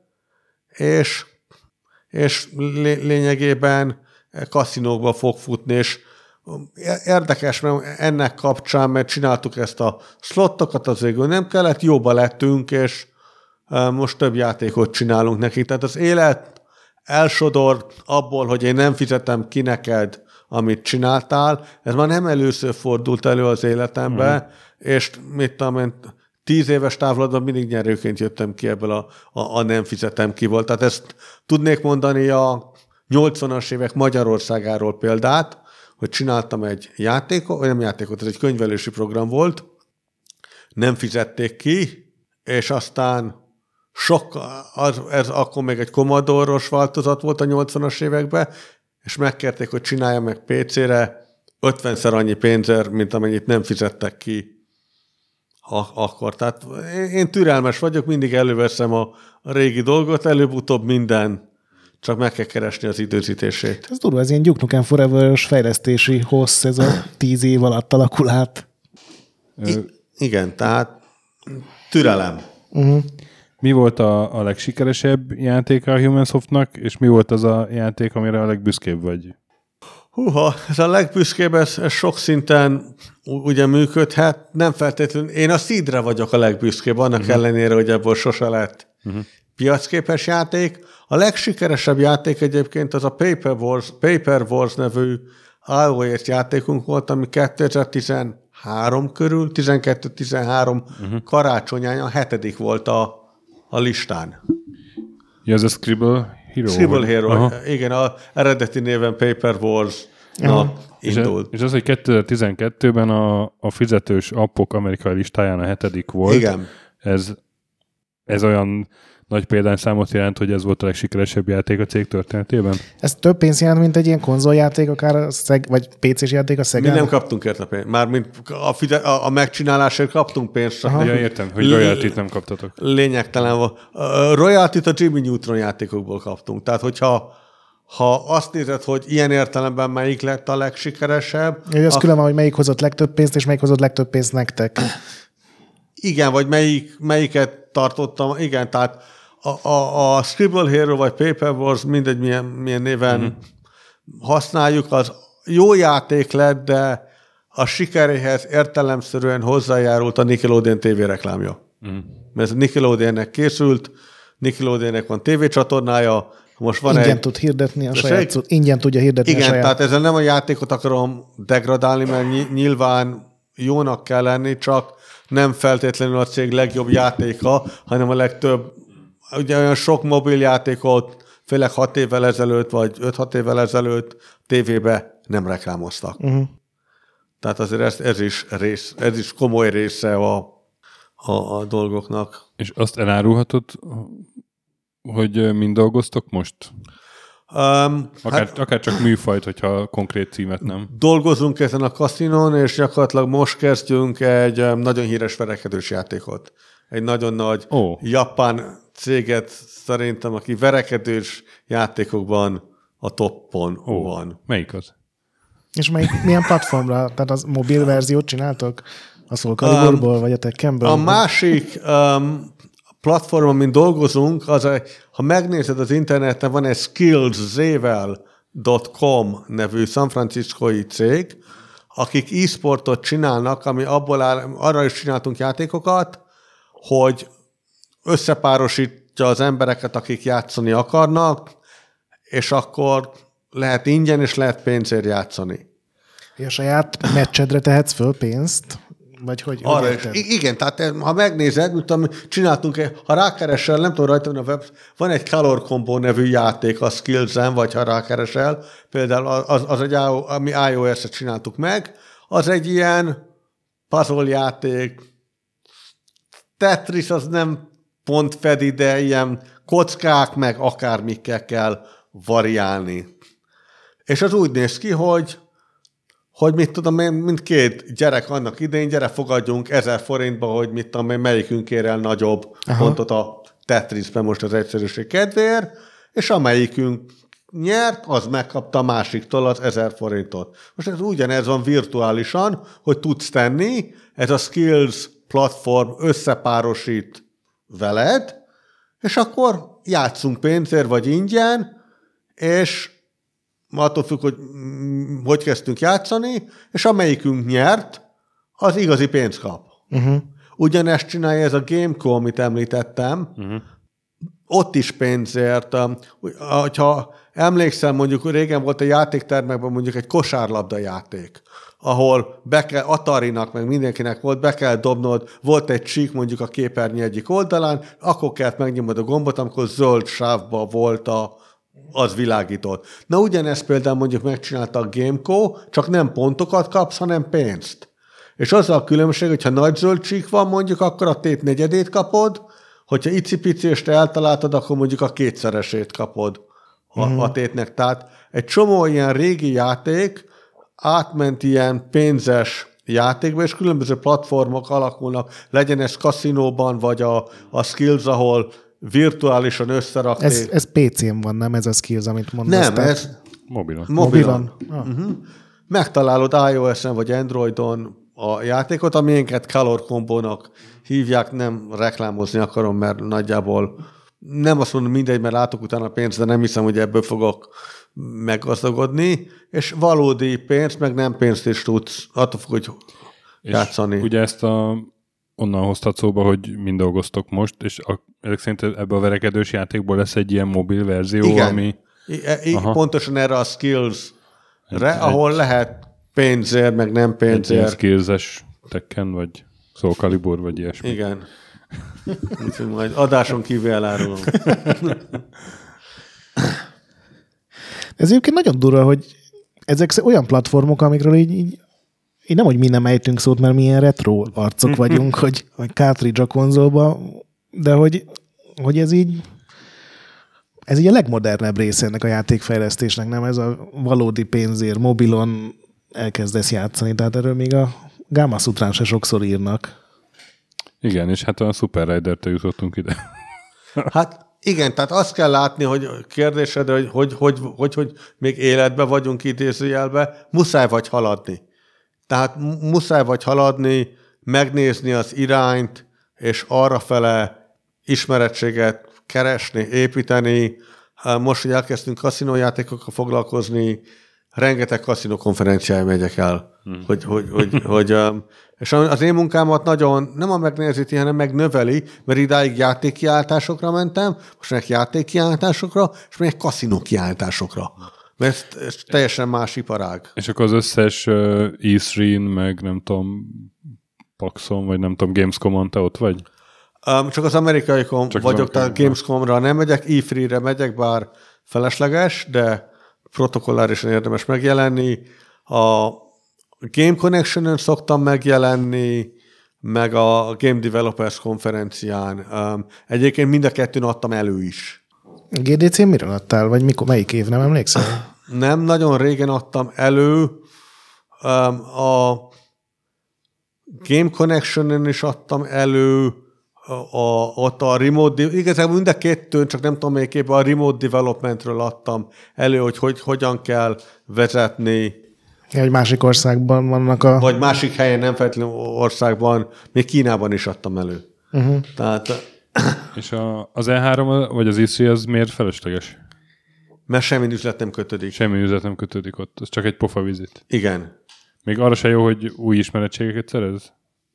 és lényegében kaszinókba fog futni, és érdekes, mert ennek kapcsán, mert csináltuk ezt a slottokat, az végül nem kellett, jóba lettünk, és most több játékot csinálunk neki. Tehát az élet elsodor abból, hogy én nem fizetem ki neked, amit csináltál. Ez már nem először fordult elő az életembe, és mit tudom én, 10 éves távlatban mindig nyerőként jöttem ki ebből a nem fizetem ki volt. Tehát ezt tudnék mondani a 80-as évek Magyarországáról példát, hogy csináltam egy játékot, vagy nem játékot, ez egy könyvelési program volt, nem fizették ki, és aztán ez akkor még egy Commodore-os változat volt a 80-as években, és megkérték, hogy csinálja meg PC-re 50-szer annyi pénzért, mint amennyit nem fizettek ki akkor. Tehát én türelmes vagyok, mindig előveszem a régi dolgot, előbb-utóbb minden, csak meg kell keresni az időzítését. Ez durva, ez ilyen Duke Nukem Forever-ös fejlesztési hossz, ez a 10 év alatt alakul át. Igen, tehát türelem. Mi volt a legsikeresebb játéka a Humansoftnak, és mi volt az a játék, amire a legbüszkébb vagy? Húha, ez a legbüszkébb, ez sok szinten ugye működhet, nem feltétlenül. Én a Seedre vagyok a legbüszkébb, annak ellenére, hogy ebből sose lett piacképes játék. A legsikeresebb játék egyébként az a Paper Wars nevű iOS játékunk volt, ami 2013 körül, 12-13 karácsonyán a 7. volt a listán. Ja, ez a Scribble Hero? Scribble Hero, igen, az eredeti néven Paper Wars-nak indult. És az, hogy 2012-ben a fizetős appok amerikai listáján a 7. volt. Igen. Ez olyan nagy példányszámot jelent, hogy ez volt a legsikeresebb játék a cég történetében? Ez több pénz jelent, mint egy ilyen konzoljáték, akár vagy PC-s játék a Szegán? Mi nem kaptunk érte pénzt. Mármint a megcsinálásért kaptunk pénzt. Ja, értem, hogy royalty-t nem kaptatok. Lényegtelen volt. Royalty-t a Jimmy Neutron játékokból kaptunk. Tehát, hogyha azt nézed, hogy ilyen értelemben melyik lett a legsikeresebb... Ez külön van, hogy melyik hozott legtöbb pénzt, és melyik hozott legtöbb pénzt nektek. Igen, vagy melyiket tartottam. Igen, tehát a Scribble Hero vagy Paper Wars, mindegy milyen néven használjuk, az jó játék lett, de a sikeréhez értelemszerűen hozzájárult a Nickelodeon TV reklámja. Mert ez Nickelodeonnek készült, Nickelodeonnek van tévécsatornája, most van ingyen tud hirdetni a saját ingyen tudja hirdetni igen, a saját. Tehát ezzel nem a játékot akarom degradálni, mert nyilván jónak kell lenni, csak nem feltétlenül a cég legjobb játéka, hanem a legtöbb, ugye olyan sok mobiljátékot, főleg 6 évvel ezelőtt, vagy 5-6 évvel ezelőtt tévébe nem reklámoztak. Tehát azért ez is komoly része a dolgoknak. És azt elárulhatod, hogy mind dolgoztok most? Akár csak műfajt, hogyha konkrét címet nem. Dolgozunk ezen a kaszinón, és gyakorlatilag most kezdjünk egy nagyon híres verekedős játékot. Egy nagyon nagy japán céget szerintem, aki verekedős játékokban a toppon van. Melyik az? És milyen platformra? Tehát az mobil verziót csináltok? A Soul Caliburból, vagy a Tekkenből? A másik platformon, mint dolgozunk, ha megnézed az interneten, van egy skillszevel.com nevű San Franciscoi cég, akik e-sportot csinálnak, ami abból áll, arra is csináltunk játékokat, hogy összepárosítja az embereket, akik játszani akarnak, és akkor lehet ingyen, és lehet pénzért játszani. És a saját meccsedre tehetsz föl pénzt? Vagy hogy igen, tehát ha megnézed, mint csináltunk, ha rákeresel, nem tudom rajta van a web, van egy Color Combo nevű játék a Skills-en, vagy ha rákeresel, például az egy, ami iOS-et csináltuk meg, az egy ilyen puzzle játék, Tetris az nem pont fedi, de ilyen kockák, meg akármikkel kell variálni. És az úgy néz ki, hogy mit tudom én, mint két gyerek annak idején, gyere fogadjunk 1000 forintba, hogy mit tudom én, melyikünk ér el nagyobb pontot a Tetrisben most az egyszerűség kedvéért, és amelyikünk nyert, az megkapta a másiktól az 1000 forintot. Most ez ugyanez van virtuálisan, hogy tudsz tenni, ez a Skills platform összepárosít veled, és akkor játszunk pénzért vagy ingyen, és attól függ, hogy kezdtünk játszani, és amelyikünk nyert, az igazi pénzt kap. Ugyanezt csinálja ez a GameCo, amit említettem, ott is pénzért. Ha emlékszel, mondjuk régen volt a játéktermekben mondjuk egy kosárlabda játék, ahol Atarinak, meg mindenkinek volt, be kell dobnod, volt egy csík mondjuk a képernyő egyik oldalán, akkor kellett megnyomod a gombot, amikor zöld sávba volt az világított. Na ugyanezt például mondjuk megcsinálta a GameCo, csak nem pontokat kapsz, hanem pénzt. És az a különbség, hogyha nagy zöld csík van mondjuk, akkor a tét negyedét kapod, hogyha icipici és te eltaláltad, akkor mondjuk a kétszeresét kapod a tétnek. Tehát egy csomó ilyen régi játék átment ilyen pénzes játékba, és különböző platformok alakulnak, legyen ez kaszinóban, vagy a Skills, ahol virtuálisan összerakték. Ez PC-n van, nem ez a Skills, amit mondasz? Nem, ez mobilon. Megtalálod iOS-en vagy Androidon a játékot, amilyenket Color Combo-nak hívják, nem reklámozni akarom, mert nagyjából nem azt mondom mindegy, mert látok utána pénzt, de nem hiszem, hogy ebből fogok meggazdagodni, és valódi pénzt, meg nem pénzt is tudsz, attól fog, hogy játszani. Ugye ezt onnan hoztad szóba, hogy mind dolgoztok most, és ezek szerint ebbe a verekedős játékból lesz egy ilyen mobil verzió, igen. ami... Pontosan erre a Skills-re, ahol lehet pénzért, meg nem pénzért. Egy Skills-es Tekken, vagy Soul Calibur, vagy ilyesmi. Igen. Úgyhogy majd adáson kívül elárulom. Ez egyébként nagyon durva, hogy ezek olyan platformok, amikről így nem, hogy mi nem ejtünk szót, mert milyen retro arcok vagyunk, hogy cartridge a konzolba, de hogy ez így a legmodernebb része ennek a játékfejlesztésnek, nem? Ez a valódi pénzért mobilon elkezdesz játszani, tehát erről még a Gamma Sutrán se sokszor írnak. Igen, és hát a Super Rider-től jutottunk ide. Hát igen, tehát azt kell látni, hogy kérdésedre, hogy még életben vagyunk idézőjelbe, muszáj vagy haladni. Tehát muszáj vagy haladni, megnézni az irányt, és arrafele ismerettséget keresni, építeni. Most, hogy elkezdtünk kaszinójátékokkal foglalkozni, rengeteg kaszinókonferenciára megyek el, és az én munkámat nagyon nem a megnehezíti, hanem megnöveli, mert idáig játékkiáltásokra mentem, most meg játékkiáltásokra, és meg kaszinókiáltásokra. Mert ez teljesen más iparág. És akkor az összes E3-n, meg nem tudom, Paxon, vagy nem tudom, Gamescom-on te ott vagy? Csak az amerikaikon vagyok, tehát Gamescom-ra nem megyek, E3-re megyek, bár felesleges, de protokollárisan érdemes megjelenni. A Game Connection-ön szoktam megjelenni, meg a Game Developers konferencián. Egyébként mind a kettőn adtam elő is. GDC-n miről adtál? Vagy melyik év, nem emlékszel? Nem, nagyon régen adtam elő. A Game Connection-en is adtam elő, ott a remote, igazából mind a kettőn, csak nem tudom melyik évben, a remote developmentről adtam elő, hogy hogyan kell vezetni. Egy másik országban vannak Vagy másik helyen, nem feltétlenül országban, még Kínában is adtam elő. Tehát... És az E3 vagy az E3 az miért felesleges? Mert semmi üzlet nem kötődik. Semmi üzlet nem kötődik ott, ez csak egy pofa vizit. Igen. Még arra se jó, hogy új ismerettségeket szerez?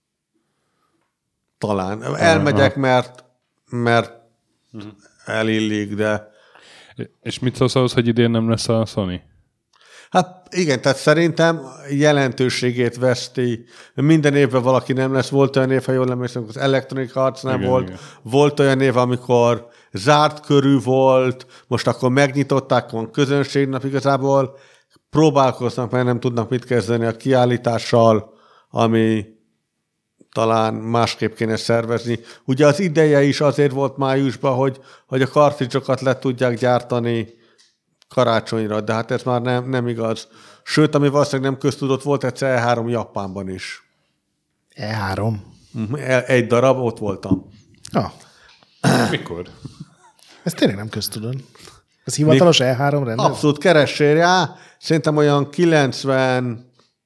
Talán. Elmegyek, mert elillik, de... És mit szólsz ahhoz, hogy idén nem lesz a Sony? Hát igen, tehát szerintem jelentőségét veszti. Minden évben valaki nem lesz. Volt olyan év, ha jól emlékszem, az Electronic Arts nem igen, volt. Igen. Volt olyan év, amikor zárt körű volt, most akkor megnyitották, van közönségnap, igazából próbálkoznak, mert nem tudnak mit kezdeni a kiállítással, ami talán másképp kéne szervezni. Ugye az ideje is azért volt májusban, hogy a kartridge-okat le tudják gyártani karácsonyra, de hát ez már nem igaz. Sőt, ami valószínűleg nem köztudott, volt egyszer E3 Japánban is. E3? Egy darab, ott voltam. Ah. Mikor? Ez tényleg nem köztudott. Ez hivatalos E3 rendben? Abszolút, keressél rá. Szerintem olyan 95,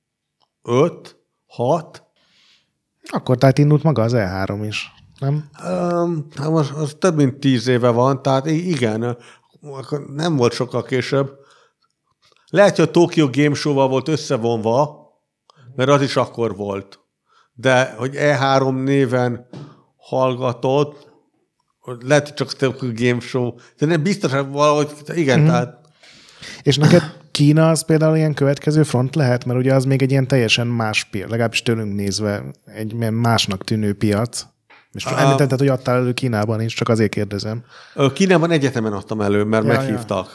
6. Akkor tehát indult maga az E3 is, nem? Most az több mint 10 éve van, tehát igen, nem volt sokkal később. Lehet, hogy a Tokyo Game Show-val volt összevonva, mert az is akkor volt. De hogy E3 néven hallgatott, lehet, csak a Tokyo Game Show, de nem biztos, hogy valahogy, igen, tehát... És neked Kína az például ilyen következő front lehet, mert ugye az még egy ilyen teljesen más piac, legalábbis tőlünk nézve egy másnak tűnő piac. És említetted, hogy adtál elő Kínában is, csak azért kérdezem. Kínában egyetemen adtam elő, mert meghívtak.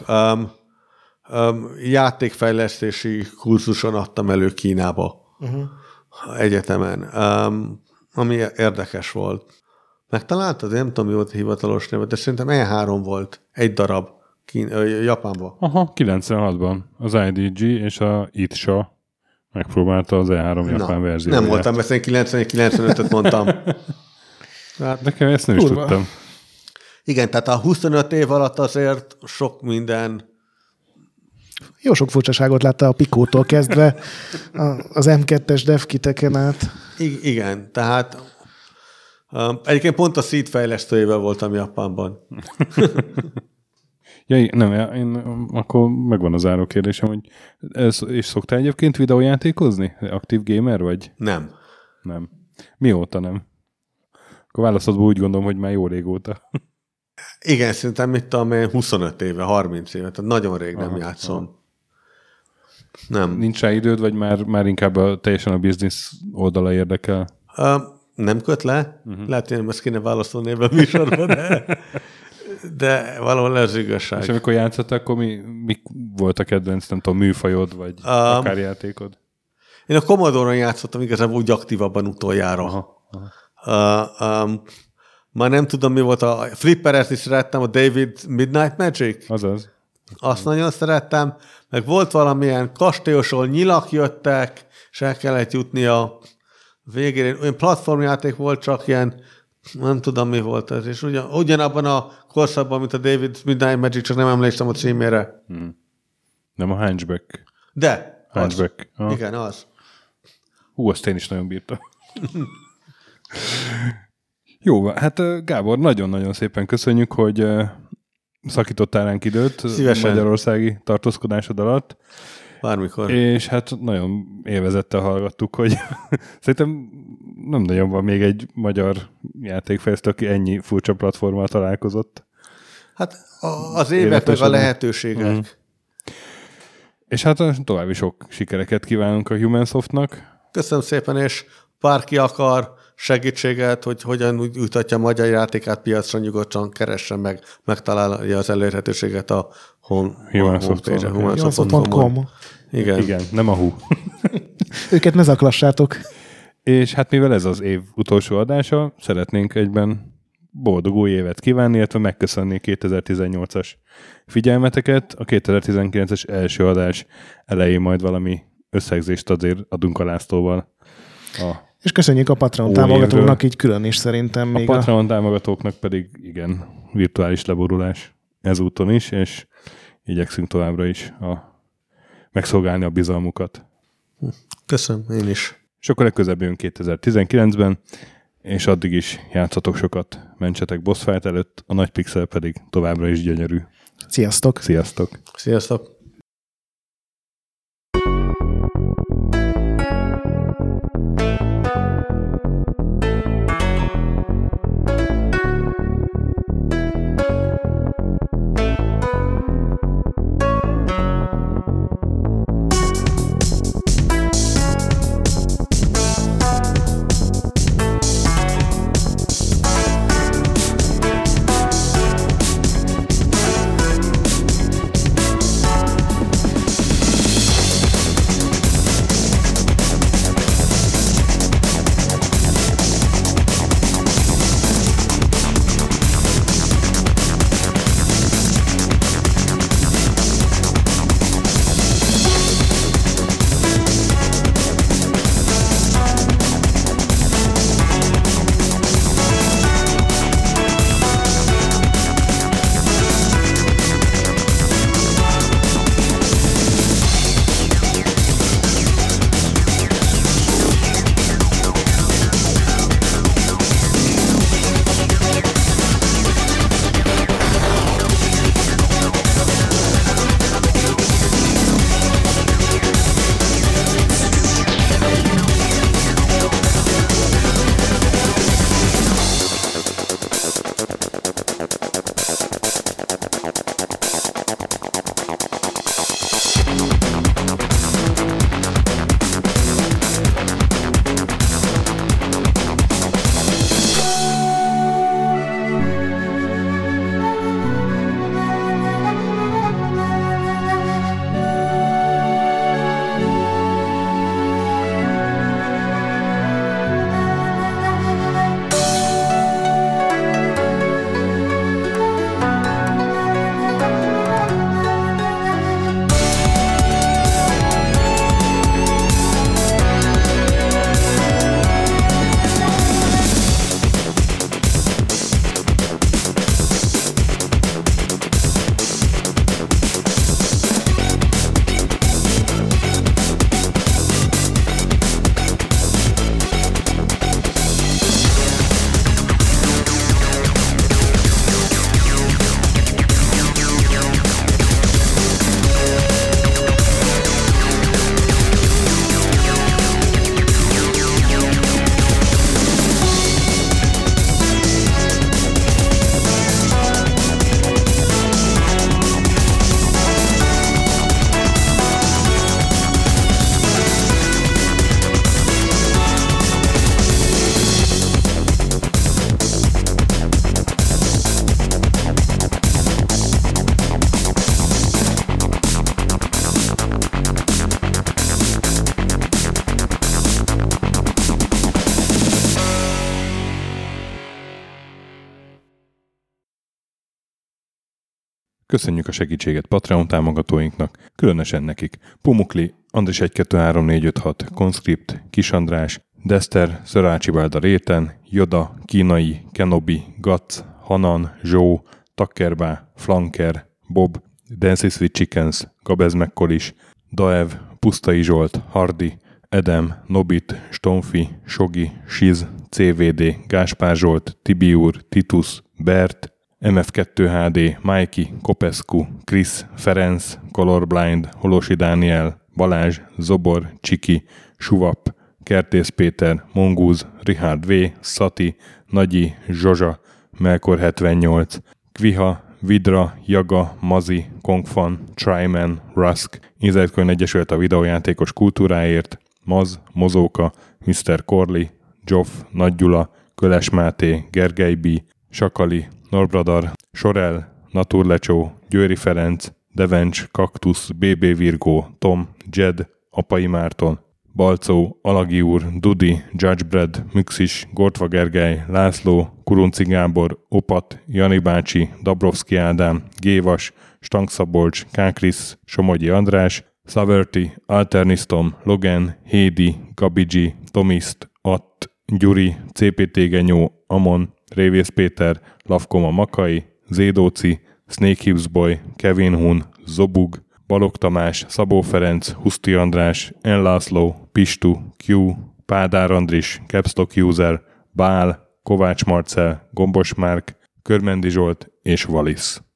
Játékfejlesztési kurzuson adtam elő Kínába. Egyetemen. Ami érdekes volt. Megtaláltad? Nem tudom, mi volt a hivatalos neve, de szerintem E3 volt. Egy darab. Japánban. Aha, 96-ban. Az IDG és a ITSA megpróbálta az E3 japán verzióját. Nem voltam, mert 94-95-öt mondtam. Hát, nekem ezt nem is tudtam. Igen, tehát a 25 év alatt azért sok minden... Jó sok furcsaságot látta a Picótól kezdve az M2-es devkiteken át. Igen, tehát egyébként pont a Seed fejlesztőjével voltam Japánban. Ja, nem, én akkor megvan az záró kérdésem, hogy és szoktál egyébként videójátékozni? Aktív gamer vagy? Nem. Nem. Mióta nem? Akkor választodból úgy gondolom, hogy már jó régóta. Igen, szerintem mit tudom én, 25 éve, 30 éve, tehát nagyon rég nem játszom. Nem. Nincs rá időd, vagy már inkább teljesen a biznisz oldala érdekel? Nem köt le. Lehet, hogy ezt kéne válaszolni ebben a műsorban, de valahol ez igazság. És amikor játszottál, akkor mi volt a kedvenc, nem tudom, műfajod, vagy akár játékod? Én a Commodore-on játszottam igazából úgy aktívabban utoljára. Már nem tudom, mi volt a Flipperet is szerettem, a David Midnight Magic. Azaz. Azt nagyon szerettem, meg volt valamilyen kastélyosról nyilak jöttek, és el kellett jutni a végére. Olyan platformjáték volt, csak ilyen, nem tudom, mi volt ez, és ugyanabban a korszakban, mint a David Midnight Magic, csak nem emlékszem a címére. Nem a Hunchback. De. Hunchback. Igen, az. Azt én is nagyon bírtam. Jó, hát Gábor, nagyon-nagyon szépen köszönjük, hogy szakítottál ránk időt szívesen. Magyarországi tartózkodásod alatt. Bármikor. És hát nagyon élvezettel hallgattuk, hogy szerintem nem nagyon van még egy magyar játékfejlesztő, aki ennyi furcsa platformmal találkozott. Hát az évek meg a lehetőségek. És hát további sok sikereket kívánunk a Humansoftnak. Köszönöm szépen, és bárki akar segítséget, hogy hogyan jutatja a magyar játékát piacra, nyugodtan keressen meg, megtalálja az elérhetőséget a Humansoft.com. Humansoft.com. Igen, nem a hú. Őket ne zaklassátok. És hát mivel ez az év utolsó adása, szeretnénk egyben boldog új évet kívánni, illetve megköszönni 2018-as figyelmeteket. A 2019-es első adás elején majd valami összegzést azért adunk a Lászlóval. És köszönjük a Patreon támogatóknak így külön is szerintem. Még a Patreon támogatóknak pedig igen, virtuális leborulás ezúton is, és igyekszünk továbbra is megszolgálni a bizalmukat. Köszönöm, én is. És akkor legközelebb jön 2019-ben, és addig is játszatok sokat, mentsetek boss fight előtt, a nagy pixel pedig továbbra is gyönyörű. Sziasztok! Sziasztok! Sziasztok! Köszönjük a segítséget Patreon támogatóinknak, különösen nekik. Pumukli, Andris 1-2-3-4-5-6, Conscript, Kis András, Dester, Szörácsi Bálda Réten, Joda, Kínai, Kenobi, Gac, Hanan, Zsó, Takkerbá, Flanker, Bob, Dances with Chickens, Gabez Mekkolis, Daev, Pusztai Zsolt, Hardi, Edem, Nobit, Stonfi, Sogi, Siz, CVD, Gáspár Zsolt, Tibiur, Titus, Bert, MF2HD, Mikey, Kopescu, Krisz, Ferenc, Colorblind, Holosi Dániel, Balázs, Zobor, Csiki, Suvap, Kertész Péter, Mongúz, Richard V, Szati, Nagyi, Zsozsa, Melkor 78, Kviha, Vidra, Jaga, Mazi, Kongfan, Tryman, Rusk, Inzertkönyv Egyesület a videójátékos kultúráért, Maz, Mozóka, Mr. Corley, Joff, Nagy Gyula, Köles Máté, Gergely B, Sakali, Norbradar, Sorel, Naturlecsó, Győri Ferenc, Devencs, Kaktusz, BB Virgó, Tom, Jed, Apai Márton, Balcó, Alagi úr, Dudi, Judgebred, Müxis, Gortva Gergely, László, Kurunci Gábor, Opat, Jani bácsi, Dabrowski Ádám, Gévas, Stangszabolcs, Kákris, Somogyi András, Szaverti, Alternisztom, Logan, Hédi, Gabigi, Tomiszt, Att, Gyuri, CPT Genyó, Amon, Révész Péter, Lavkoma Makai, Zédóci, Snake Hips Boy, Kevin Hun, Zobug, Balog Tamás, Szabó Ferenc, Huszti András, N. László, Pistu, Q, Pádár Andris, Capstock User, Bál, Kovács Marcel, Gombos Márk, Körmendi Zsolt és Valisz.